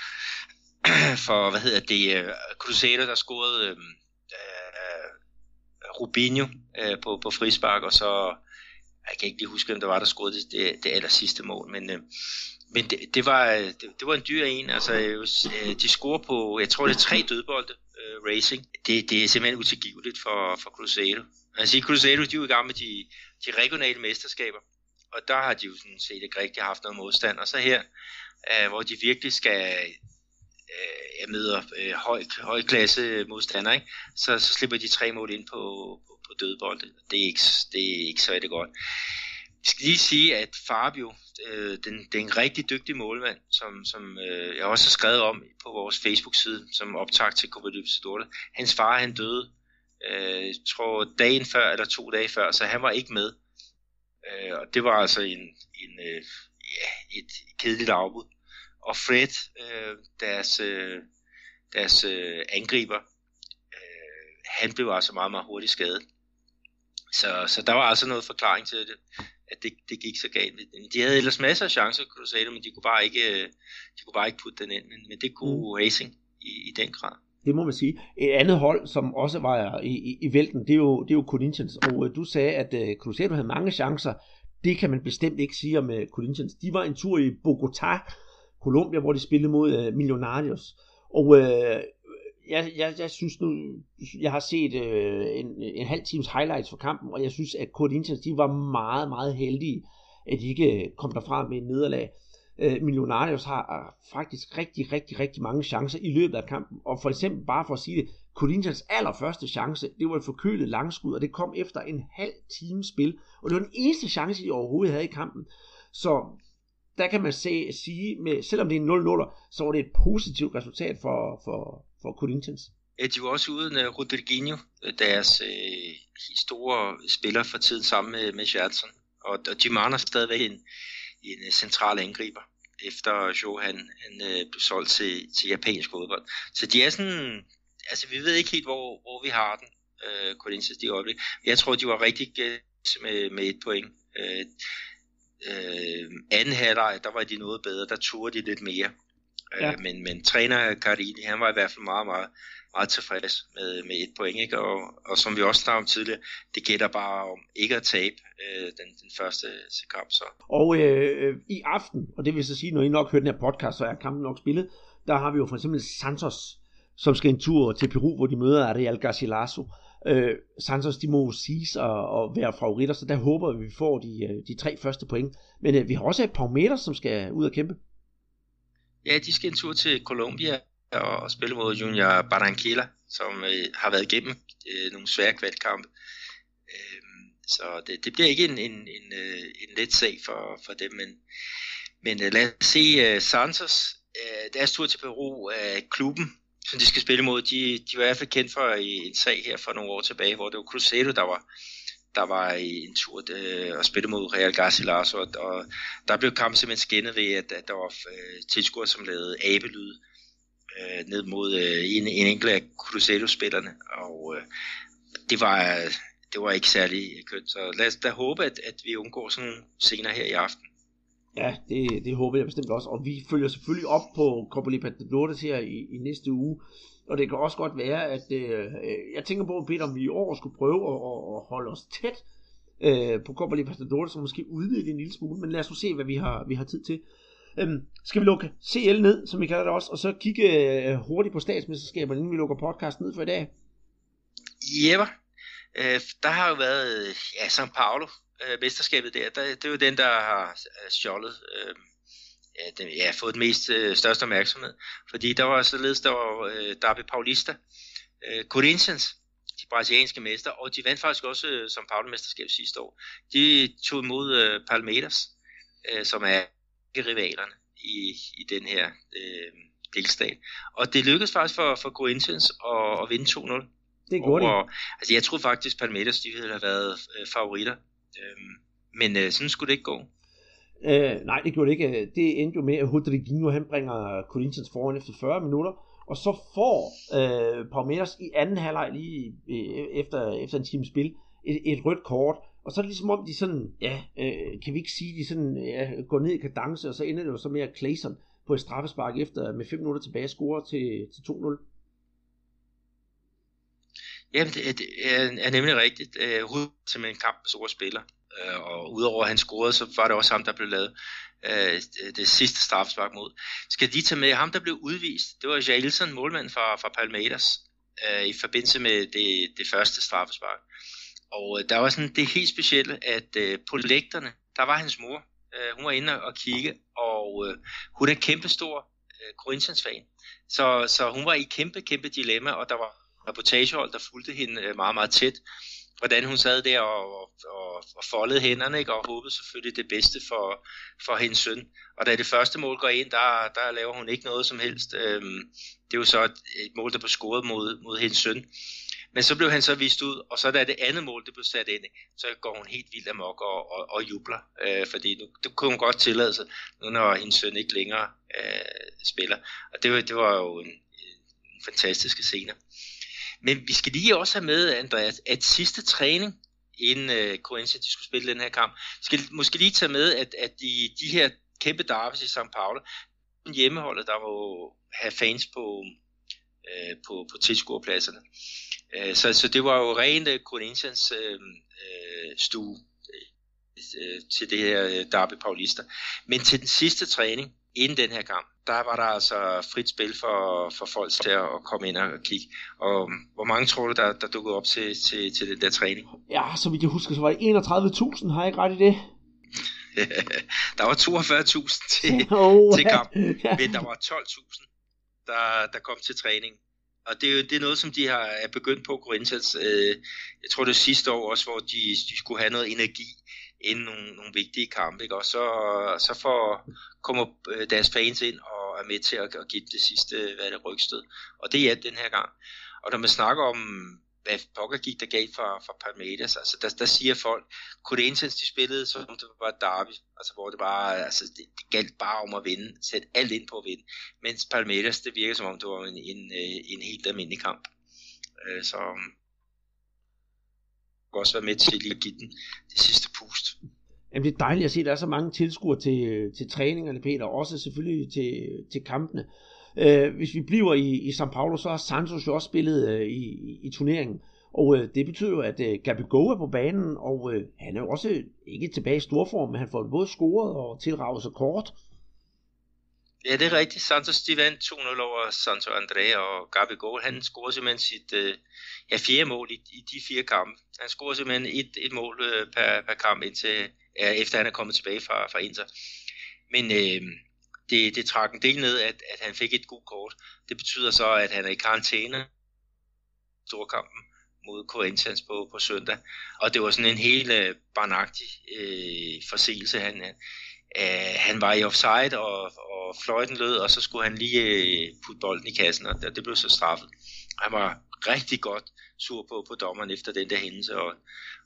for hvad hedder det, Cruzeiro, der scorede øh, Rubinho øh, på, på frispark, og så jeg kan ikke lige huske, hvem der var, der scorede det, det, det aller sidste mål, men, øh, men det, det, var, det, det var en dyr en. Altså, øh, de scorer på, jeg tror det er tre dødbolde, øh, Racing. Det, det er simpelthen utilgiveligt for, for Cruzeiro. Altså, Cruzeiro, de er jo i gang med de, de regionale mesterskaber, og der har de jo sådan set ikke rigtig haft noget modstand. Og så her, øh, hvor de virkelig skal øh, møde øh, høj, højklasse modstander, ikke? Så, så slipper de tre mål ind på, på, på dødbolde. Det er ikke, det er ikke så er det godt. Jeg skal lige sige, at Fabio, øh, den, det er en rigtig dygtig målmand, som, som øh, jeg også har skrevet om på vores Facebook-side, som optakt til Copa Libertadores. Hans far, han døde, øh, jeg tror dagen før, eller to dage før, så han var ikke med. Øh, og det var altså en, en, øh, ja, et kedeligt afbud. Og Fred, øh, deres, øh, deres øh, angriber, øh, han blev altså meget, meget hurtigt skadet. Så, så der var altså noget forklaring til det, at det, det gik så galt. De havde ellers masser af chancer, kunne du sige det, men de kunne bare ikke, de kunne bare ikke putte den ind. Men, men det kunne mm. Racing i, i den grad. Det må man sige. Et andet hold, som også var i, i, i vælten, det er jo, det er jo Corinthians. Og uh, du sagde, at uh, Cruzeiro havde mange chancer. Det kan man bestemt ikke sige om uh, Corinthians. De var en tur i Bogotá, Colombia, hvor de spillede mod uh, Millonarios. Og uh, jeg, jeg, jeg synes nu, jeg har set uh, en, en halv times highlights for kampen, og jeg synes, at Corinthians, de var meget, meget heldige, at de ikke kom derfra med en nederlag. Uh, Millonarios har faktisk rigtig, rigtig, rigtig mange chancer i løbet af kampen, og for eksempel, bare for at sige det, Corinthians allerførste chance, det var et forkølet langskud, og det kom efter en halv time spil, og det var den eneste chance, de overhovedet havde i kampen. Så der kan man se, sige, med, selvom det er nul nul, så var det et positivt resultat for, for, for Corinthians. Ja, de var også uden Rodriguinho, deres øh, store spiller for tiden sammen med, med Gerson, og, og de mangler stadigvæk en en central angriber, efter Jo han, han øh, blev solgt til, til japansk fodbold. Så de er sådan, altså vi ved ikke helt, hvor, hvor vi har den, øh, Corinthians de øjeblik. Jeg tror, de var rigtig gæt med, med et point. Øh, øh, anden halvleg, der var de noget bedre, der turde de lidt mere. Ja. Øh, men, men træner Carini, han var i hvert fald meget, meget, meget tilfreds med, med et point, ikke? Og, og som vi også snakkede om tidligere, det gælder bare om ikke at tabe øh, den, den første kamp. Så. Og øh, i aften, og det vil så sige, når I nok hører den her podcast, så er kampen nok spillet, der har vi jo for eksempel Santos, som skal en tur til Peru, hvor de møder Real Garcilaso. Øh, Santos, de må siges at, at være favoritter, så der håber vi, vi får de, de tre første point. Men øh, vi har også et par meter, som skal ud og kæmpe. Ja, de skal en tur til Colombia og, og spille mod Junior Barranquilla, som øh, har været igennem øh, nogle svære kvalkampe. Øh, så det, det bliver ikke en, en, en, øh, en let sag for, for dem, men, men øh, lad os se uh, Santos, uh, deres tur til Peru, uh, klubben, som de skal spille mod, de, de var i hvert fald kendt for en sag her for nogle år tilbage, hvor det var Cruzeiro, der var der var en tur øh, at spille mod Real Garcilaso, og, og der blev kampen simpelthen skændet ved, at, at der var øh, tilskuere, som lavede abelyd øh, ned mod øh, en, en enkelt af Cruzeiro-spillerne, og øh, det var det var ikke særlig kønt, så lad os da håbe, at, at vi undgår sådan senere her i aften. Ja, det, det håber jeg bestemt også, og vi følger selvfølgelig op på Copa Libertadores her i, i næste uge. Og det kan også godt være, at øh, jeg tænker på, Peter, om vi i år skulle prøve at, at holde os tæt øh, på Copa Libertadores, og måske udvide det en lille smule, men lad os nu se, hvad vi har, vi har tid til. Øhm, skal vi lukke C L ned, som vi kalder det også, og så kigge øh, hurtigt på statsmesterskaberne, inden vi lukker podcasten ned for i dag? Jepper, øh, der har jo været ja, São Paulo, øh, mesterskabet der, der, det er jo den, der har stjålet øh, Ja, den, ja, fået den mest øh, største opmærksomhed, fordi der var således der var øh, Derby Paulista, øh, Corinthians, de brasilianske mester, og de vandt faktisk også øh, som Paulo-mesterskab sidste år. De tog imod øh, Palmeiras, øh, som er rivalerne i, i den her øh, delstat, og det lykkedes faktisk for, for Corinthians at, at vinde to nul. Det gjorde de. Altså jeg troede faktisk Palmeiras de ville have været øh, favoritter, øh, men øh, sådan skulle det ikke gå. Uh, nej, det gjorde det ikke. Det endte jo med, at Rodriguinho han bringer Corinthians foran efter fyrre minutter, og så får uh, Palmeiras i anden halvleg lige uh, efter, efter en times spil et, et rødt kort, og så er det ligesom om de sådan, ja, uh, kan vi ikke sige, de sådan ja, går ned i kadence, og så ender det jo så med at Clayson på et straffespark efter med fem minutter tilbage scorer til, til to nul. Jamen, det, det er, er nemlig rigtigt. Øh, Rud simpelthen en kamp med store spillere. Øh, og udover at han scorede, så var det også ham, der blev lavet øh, det sidste straffespark mod. Skal de tage med ham, der blev udvist? Det var Jailson, målmand fra, fra Palmeiras, øh, i forbindelse med det, det første straffespark. Og øh, der var sådan det helt specielle, at øh, på lægterne, der var hans mor. Øh, hun var inde og kigge, og øh, hun er en kæmpe stor øh, Corinthians-fan. Så, så hun var i kæmpe, kæmpe dilemma, og der var reportagehold, der fulgte hende øh, meget, meget tæt. Hvordan hun sad der og, og, og foldede hænderne, ikke? Og håbede selvfølgelig det bedste for, for hendes søn. Og da det første mål går ind, der, der laver hun ikke noget som helst. Øhm, det er jo så et, et mål, der blev scoret mod, mod hendes søn. Men så blev han så vist ud, og så da det andet mål, det blev sat ind, så går hun helt vildt amok og, og, og jubler. Øh, fordi nu det kunne hun godt tillade sig, nu når hendes søn ikke længere øh, spiller. Og det, det var jo en, en fantastisk scene. Men vi skal lige også have med, Andreas, at sidste træning, inden uh, Corinthians de skulle spille den her kamp, skal måske lige tage med, at, at de, de her kæmpe derbys i São Paulo, hjemmeholdet, der må have fans på, uh, på, på tilskuerpladserne. Uh, så, så det var jo rent uh, Corinthians uh, uh, stue uh, til det her uh, derby Paulista. Men til den sidste træning, inden den her kamp, der var der altså frit spil for, for folk til at komme ind og kigge. Og hvor mange tror du, der, der dukkede op til, til, til den der træning? Ja, så vidt jeg husker, så var det enogtredive tusind, har jeg ikke ret i det? Der var toogfyrre tusind til, oh, til kampen, men der var tolv tusind, der, der kom til træning. Og det er jo det er noget, som de har er begyndt på Corinthians. Jeg tror det var sidste år også, hvor de, de skulle have noget energi inden nogle, nogle vigtige kampe, ikke? Og så, så får, kommer deres fans ind og er med til at, at give det sidste hvad er det, rygstød. Og det er den her gang. Og når man snakker om, hvad pokker gik der galt fra, fra Palmeiras, altså der, der siger folk, Corinthians de spillede, som det var et derby, altså hvor det var, altså det, det galt bare om at vinde, sætte alt ind på at vinde. Mens Palmeiras, det virker som om det var en, en, en helt almindelig kamp. Så også være med til at give den det sidste pust. Jamen det er dejligt at se, at der er så mange tilskuere til, til træningerne, Peter, og også selvfølgelig til, til kampene. Øh, hvis vi bliver i, i São Paulo, så har Santos jo også spillet øh, i, i turneringen, og øh, det betyder jo, at øh, Gabigol er på banen, og øh, han er jo også ikke tilbage i storform, men han får både scoret og tilraget sig kort. Ja, det er rigtigt. Santos de vandt to nul over Santo André, og Gabigol, han scorede simpelthen sit øh, ja, fjerde mål i, i de fire kampe. Han scorede simpelthen et, et mål øh, per, per kamp, indtil, ja, efter han er kommet tilbage fra, fra Inter. Men øh, det, det trak en del ned, at, at han fik et godt kort. Det betyder så, at han er i karantæne i storkampen mod Corinthians på, på søndag. Og det var sådan en helt øh, barnagtig øh, forseelse. Han, øh, han var i offside, og, og fløjten lød, og så skulle han lige øh, putte bolden i kassen, og det blev så straffet. Han var rigtig godt sur på, på dommeren efter den der hændelse, og,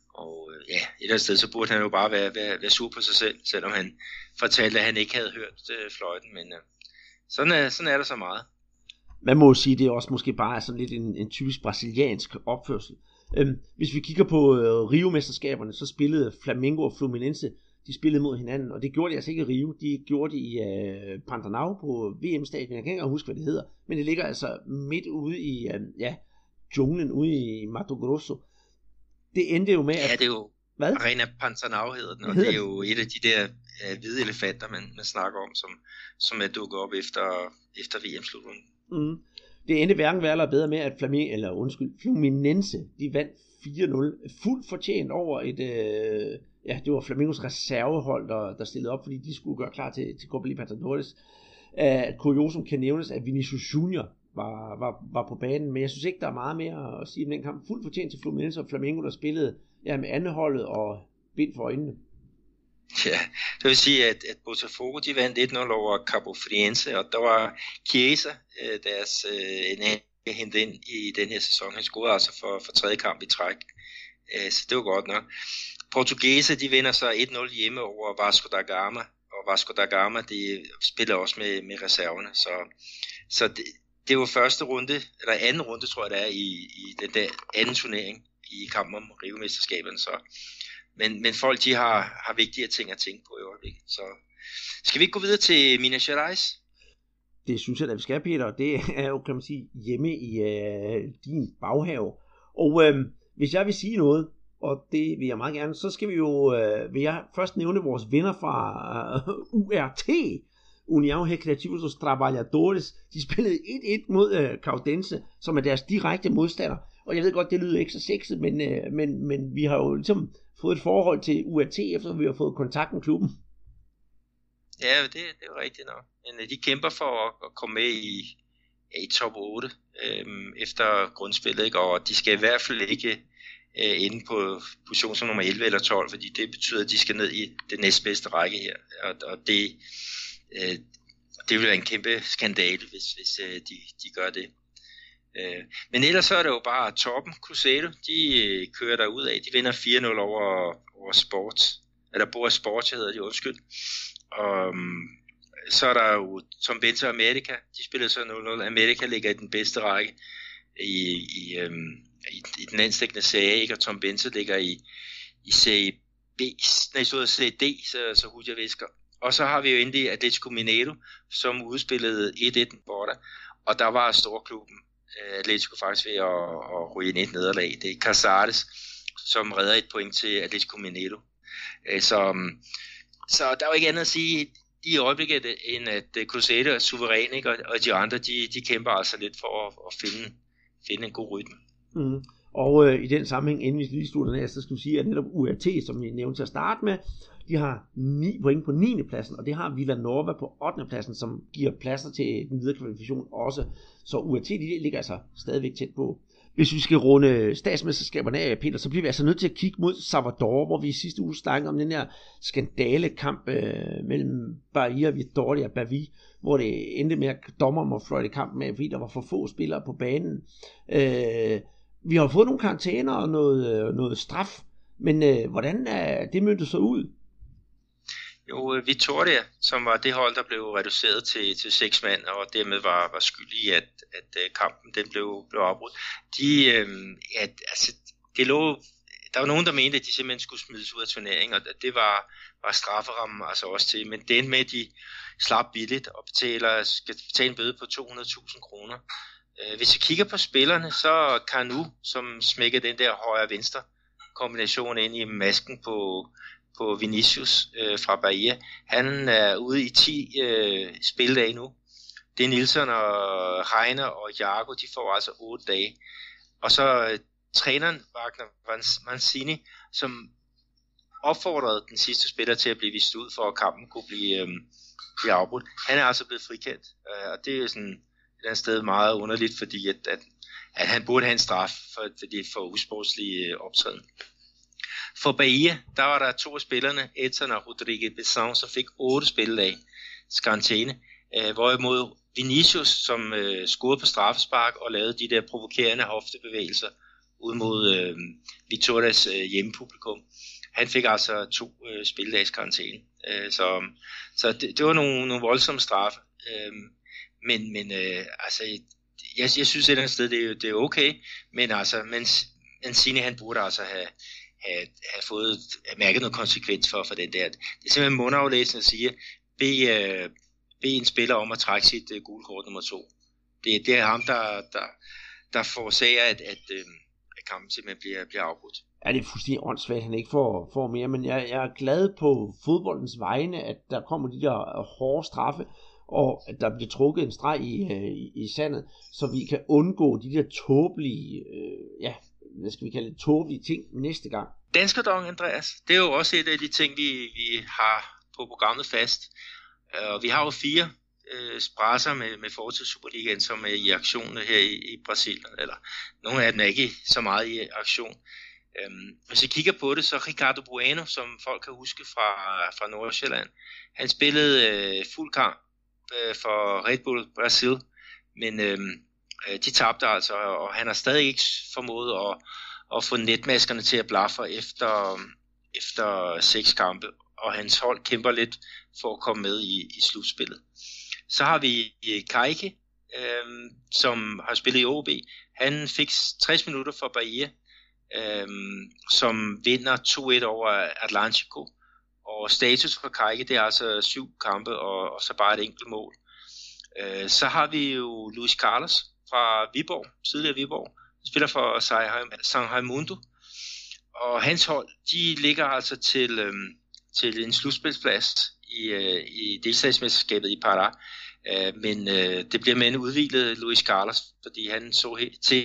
og ja, et eller andet sted, så burde han jo bare være, være, være sur på sig selv, selvom han fortalte, at han ikke havde hørt øh, fløjten, men øh, sådan, er, sådan er der så meget. Man må jo sige, det er også måske bare sådan lidt en, en typisk brasiliansk opførsel. Øhm, hvis vi kigger på øh, Rio-mesterskaberne, så spillede Flamengo og Fluminense, de spillede mod hinanden, og det gjorde de altså ikke i Rio, de gjorde det i øh, Pantanal på V M-stadion, jeg kan ikke huske, hvad det hedder, men det ligger altså midt ude i, øh, ja, junglen ude i Mato Grosso. Det endte jo med, at... Ja, det er jo hvad? Arena Pantanal hedder den, og hedder det er jo et af de der øh, hvide elefanter, man, man snakker om, som, som er dukket op efter, efter V M-slutrunden. Mm. Det endte hverken værre eller bedre med, at Flamingo, eller undskyld, Fluminense, de vandt fire nul, fuldt fortjent over et, øh, ja, det var Flamingos reservehold, der, der stillede op, fordi de skulle gøre klar til, til Copa Libertadores. Uh, kuriosum kan nævnes, at Vinicius Junior var, var, var på banen, men jeg synes ikke, der er meget mere at sige om den kamp. Fuldt fortjent til Fluminense og Flamengo, der spillede ja, med andenholdet og bind for øjnene. Ja, det vil sige, at, at Botafogo de vandt et nul over Cabo Friense, og der var Chiesa, deres øh, hentet ind i den her sæson. Han scorede altså for, for tredje kamp i træk, øh, så det var godt nok. Portugese, de vinder så et nul hjemme over Vasco da Gama, og Vasco da Gama, de spiller også med, med reserverne, så, så det, det var første runde, eller anden runde, tror jeg det er, i, i den der anden turnering i kampen om Rio-mesterskaberne, så Men, men folk de har, har vigtige ting at tænke på i øjeblikket. Så skal vi ikke gå videre til Minas Gerais? Det synes jeg, at vi skal, Peter. Det er jo, kan man sige, hjemme i øh, din baghave. Og øh, hvis jeg vil sige noget, og det vil jeg meget gerne, så skal vi jo, øh, vil jeg først nævne vores venner fra øh, U R T, União Recreativa dos Trabalhadores. De spillede et et mod øh, Caldense, som er deres direkte modstander. Og jeg ved godt, det lyder ikke så sexet, men, øh, men, men vi har jo ligesom fået et forhold til U R T, efter vi har fået kontakt med klubben. Ja, det, det er jo rigtigt nok. Men de kæmper for at, at komme med i, i top otte øhm, efter grundspillet, ikke? Og de skal i hvert fald ikke øh, inde på position som nummer elleve eller tolv, fordi det betyder, at de skal ned i det næstbedste række her. Og, og det, øh, det vil være en kæmpe skandale, hvis, hvis øh, de, de gør det. Øh, men ellers så er det jo bare toppen. Cruzeiro, de øh, kører der ud af. De vinder fire nul over, over Sport. Eller Boa Sport, hedder de, undskyld. Og um, så er der jo Tom Bense og America. De spiller så nul nul. America ligger i den bedste række i, i, um, i, i den landstækkende serie, ikke? Og Tom Bense ligger i, i serie B, nej, så serie D, så, så hurtigt jeg visker. Og så har vi jo endelig Atletico Mineiro, som udspillede et et borte. Og der var storklubben Atletico faktisk ved at, at ryge ind i et nederlag. Det er Casares, som redder et point til Atletico Mineiro. Så, så der er jo ikke andet at sige i øjeblikket, end at Cruzeiro er suveræn, ikke? Og de andre, de, de kæmper altså lidt for at, at finde, finde en god rytme. Mm. Og øh, i den sammenhæng, inden vi lige slutter af, så skal vi sige, at netop U R T, som vi nævnte til at starte med, de har ni point på niende pladsen, og det har Villanova på ottende pladsen, som giver pladser til den videre kvalifikation også. Så U R T, de ligger altså stadigvæk tæt på. Hvis vi skal runde statsmesterskaberne af, Peter, så bliver vi altså nødt til at kigge mod Salvador, hvor vi i sidste uge snakkede om den her skandalekamp øh, mellem Bahia og Vitória Bavi, hvor det endte med, at dommeren må fløjte kampen med, fordi der var for få spillere på banen. Øh, vi har fået nogle karantæner og noget, noget straf, men øh, hvordan er det møntet så ud? Jo, Vitória, som var det hold, der blev reduceret til, til seks mand, og dermed var, var skyld i, at, at kampen den blev, blev afbrudt. De, øh, ja, altså, det lå, der var nogen, der mente, at de simpelthen skulle smides ud af turneringen, og det var, var strafferammen altså også til. Men det endte med, at de slap billigt og betaler, skal betale en bøde på to hundrede tusind kroner. Hvis vi kigger på spillerne, så Canu, som smækker den der højre-venstre kombination ind i masken på på Vinicius øh, fra Bahia. Han er ude i ti øh, spildage nu. Det er Nielsen og Heiner og Jago, de får altså otte dage. Og så øh, træneren Wagner Mancini, som opfordrede den sidste spiller til at blive vist ud, for at kampen kunne blive, øh, blive afbrudt. Han er altså blevet frikendt, øh, og det er sådan et eller andet sted meget underligt, fordi at, at, at han burde have en straf for, for det for usportslige øh, optræden. For Bahia, der var der to af spillerne, Edson og Rodriguez Besson, som fik otte spilledage karantæne, øh, hvorimod Vinicius, som øh, scorede på straffespark og lavede de der provokerende hoftebevægelser ud mod øh, Vitorias øh, hjemmepublikum, han fik altså to øh, spilledages karantæne. Øh, så så det, det var nogle, nogle voldsomme straffe, øh, men, men øh, altså, jeg, jeg synes et eller andet sted, det er, det er okay, men altså, mens Mancini, han burde altså have Have, have fået have mærket noget konsekvens for, for den der. Det er simpelthen mundaflæsende at sige, bed, uh, bed en spiller om at trække sit uh, gule kort nummer to. Det, det er ham, der, der, der forårsager, at, at, uh, at kampen simpelthen bliver, bliver afbrudt. Ja, det er fuldstændig åndssvagt, at han ikke får, får mere, men jeg, jeg er glad på fodboldens vegne, at der kommer de der hårde straffe, og at der bliver trukket en streg i, i, i sandet, så vi kan undgå de der tåbelige, øh, ja, hvad skal vi kalde det, tåbelige ting næste gang. Danskerdong, Andreas, det er jo også et af de ting, vi, vi har på programmet fast. Og vi har jo fire øh, sprasser med, med fortid Superligaen, som er i aktion her i, i Brasilien, eller nogle af dem er ikke så meget i aktion. Øhm, hvis vi kigger på det, så Ricardo Bueno, som folk kan huske fra, fra Nordsjælland, han spillede øh, fuld kamp øh, for Red Bull Brasil, men øh, de tabte altså, og han har stadig ikke formået at, at få netmaskerne til at blaffe efter, efter seks kampe, og hans hold kæmper lidt for at komme med i, i slutspillet. Så har vi Kajke, øh, som har spillet i O B. Han fik tres minutter for Bahia, øh, som vinder to et over Atlántico, og status for Kajke, det er altså syv kampe og, og så bare et enkelt mål. Øh, så har vi jo Luis Carlos fra Viborg, tidligere Viborg, spiller for São Raimundo, og hans hold, de ligger altså til, øhm, til en slutspilsplads i, øh, i delstatsmesterskabet i Pará, øh, men øh, det bliver med en udhvilet Luis Carlos, fordi han så helt til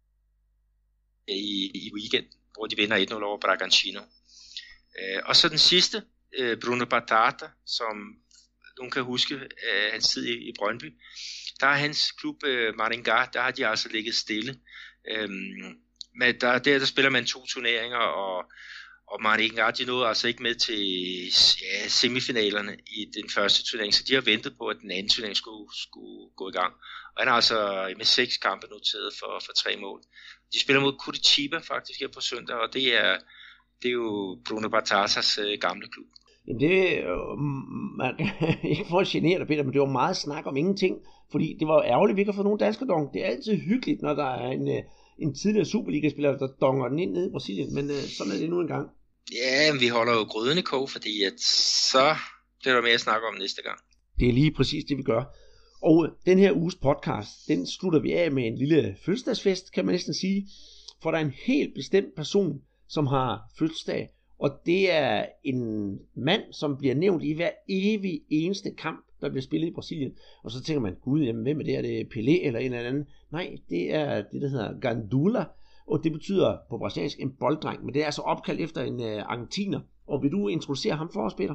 i, i weekend, hvor de vinder et nul over Bragantino. Øh, og så den sidste, øh, Bruno Batata, som nogen kan huske øh, hans tid i, i Brøndby. Der er hans klub øh, Maringá, der har de altså ligget stille. Øhm, men der, der, der spiller man to turneringer, og, og Maringá, de nåede altså ikke med til ja, semifinalerne i den første turnering, så de har ventet på, at den anden turnering skulle, skulle gå i gang. Og han har altså med seks kampe noteret for, for tre mål. De spiller mod Curitiba faktisk her på søndag, og det er, det er jo Bruno Batatas øh, gamle klub. Jamen det, øh, man kan ikke få at genere dig, Peter, men det var meget snak om ingenting, fordi det var ærgerligt, at vi ikke har fået nogen danske dong. Det er altid hyggeligt, når der er en, en tidligere Superliga-spiller, der donger den ind nede i Brasilien, men øh, sådan er det nu engang. Ja, vi holder jo gryden i kog, fordi at så bliver der mere at snakke om næste gang. Det er lige præcis det, vi gør. Og den her uges podcast, den slutter vi af med en lille fødselsdagsfest, kan man næsten sige, for der er en helt bestemt person, som har fødselsdag, og det er en mand, som bliver nævnt i hver evig eneste kamp, der bliver spillet i Brasilien. Og så tænker man, gud, jamen, hvem er det? Er det Pelé eller en eller anden? Nej, det er det, der hedder Gandula, og det betyder på brasiliansk en bolddreng, men det er altså opkaldt efter en uh, argentiner. Og vil du introducere ham for os, Peter?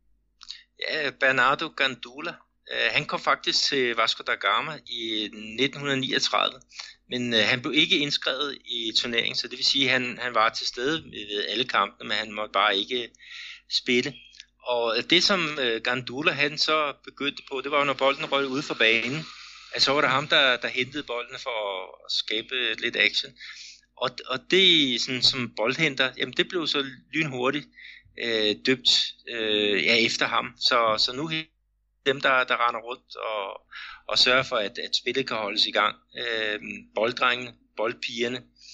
Ja, Bernardo Gandula. Uh, han kom faktisk til Vasco da Gama i nitten niogtredive, men uh, han blev ikke indskrevet i turneringen, så det vil sige, at han, han var til stede ved alle kampene, men han måtte bare ikke spille. Og det som uh, Gandula han så begyndte på, det var jo, når bolden røg ude for banen, altså så var det ham, der, der hentede bolden for at skabe lidt action. Og, og det sådan, som boldhenter, jamen det blev så lynhurtigt øh, døbt øh, ja, efter ham. Så, så nu dem, der, der render rundt og, og sørger for, at, at spillet kan holdes i gang. Øh, bolddrengene, boldpigerne.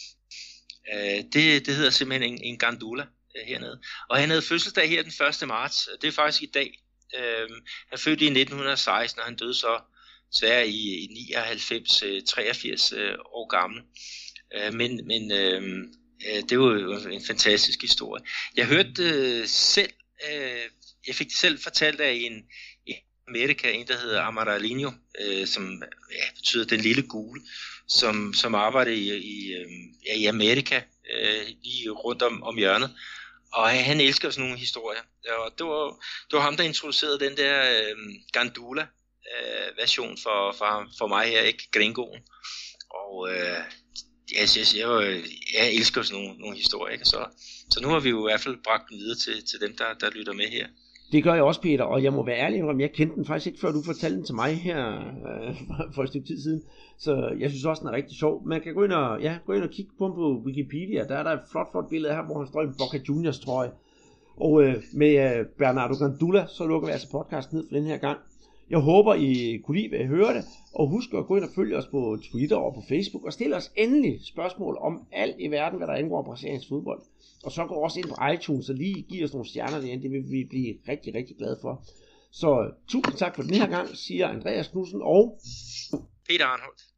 Øh, det, det hedder simpelthen en, en Gandula øh, hernede. Og han havde fødselsdag her den første marts. Det er faktisk i dag. Øh, han fødte i nitten seksten, og han døde så desværre i, i nioghalvfems, treogfirs øh, år gammel. Øh, men men øh, det var jo en fantastisk historie. Jeg hørte øh, selv, øh, jeg fik det selv fortalt af en i Amerika, en der hedder Amarelinho, øh, som ja, betyder den lille gule, som, som arbejder i, i, ja, i Amerika, øh, lige rundt om, om hjørnet. Og han elsker sådan nogle historier. Og det var, det var ham, der introducerede den der øh, Gandula øh, version for, for, for mig her, ikke gringoen. Og øh, jeg, jeg, jeg, jeg elsker sådan nogle, nogle historier, ikke? Så, så nu har vi jo i hvert fald bragt den videre til, til dem, der, der lytter med her. Det gør jeg også, Peter, og jeg må være ærlig om, jeg kendte den faktisk ikke, før du fortalte den til mig her øh, for et stykke tid siden. Så jeg synes også, den er rigtig sjov. Man kan gå ind og, ja, gå ind og kigge på den på Wikipedia. Der er der et flot, flot billede her, hvor han står i en Boca Juniors trøje. Og øh, med øh, Bernardo Gandula, så lukker vi altså podcasten ned for den her gang. Jeg håber, I kunne lide, hvad I hørte, og husk at gå ind og følge os på Twitter og på Facebook, og stille os endelig spørgsmål om alt i verden, hvad der indgår brasiliansk fodbold. Og så gå også ind på iTunes og lige give os nogle stjerner derinde, det vil vi blive rigtig, rigtig glade for. Så tusind tak for den her gang, siger Andreas Knudsen og Peter Arnholdt.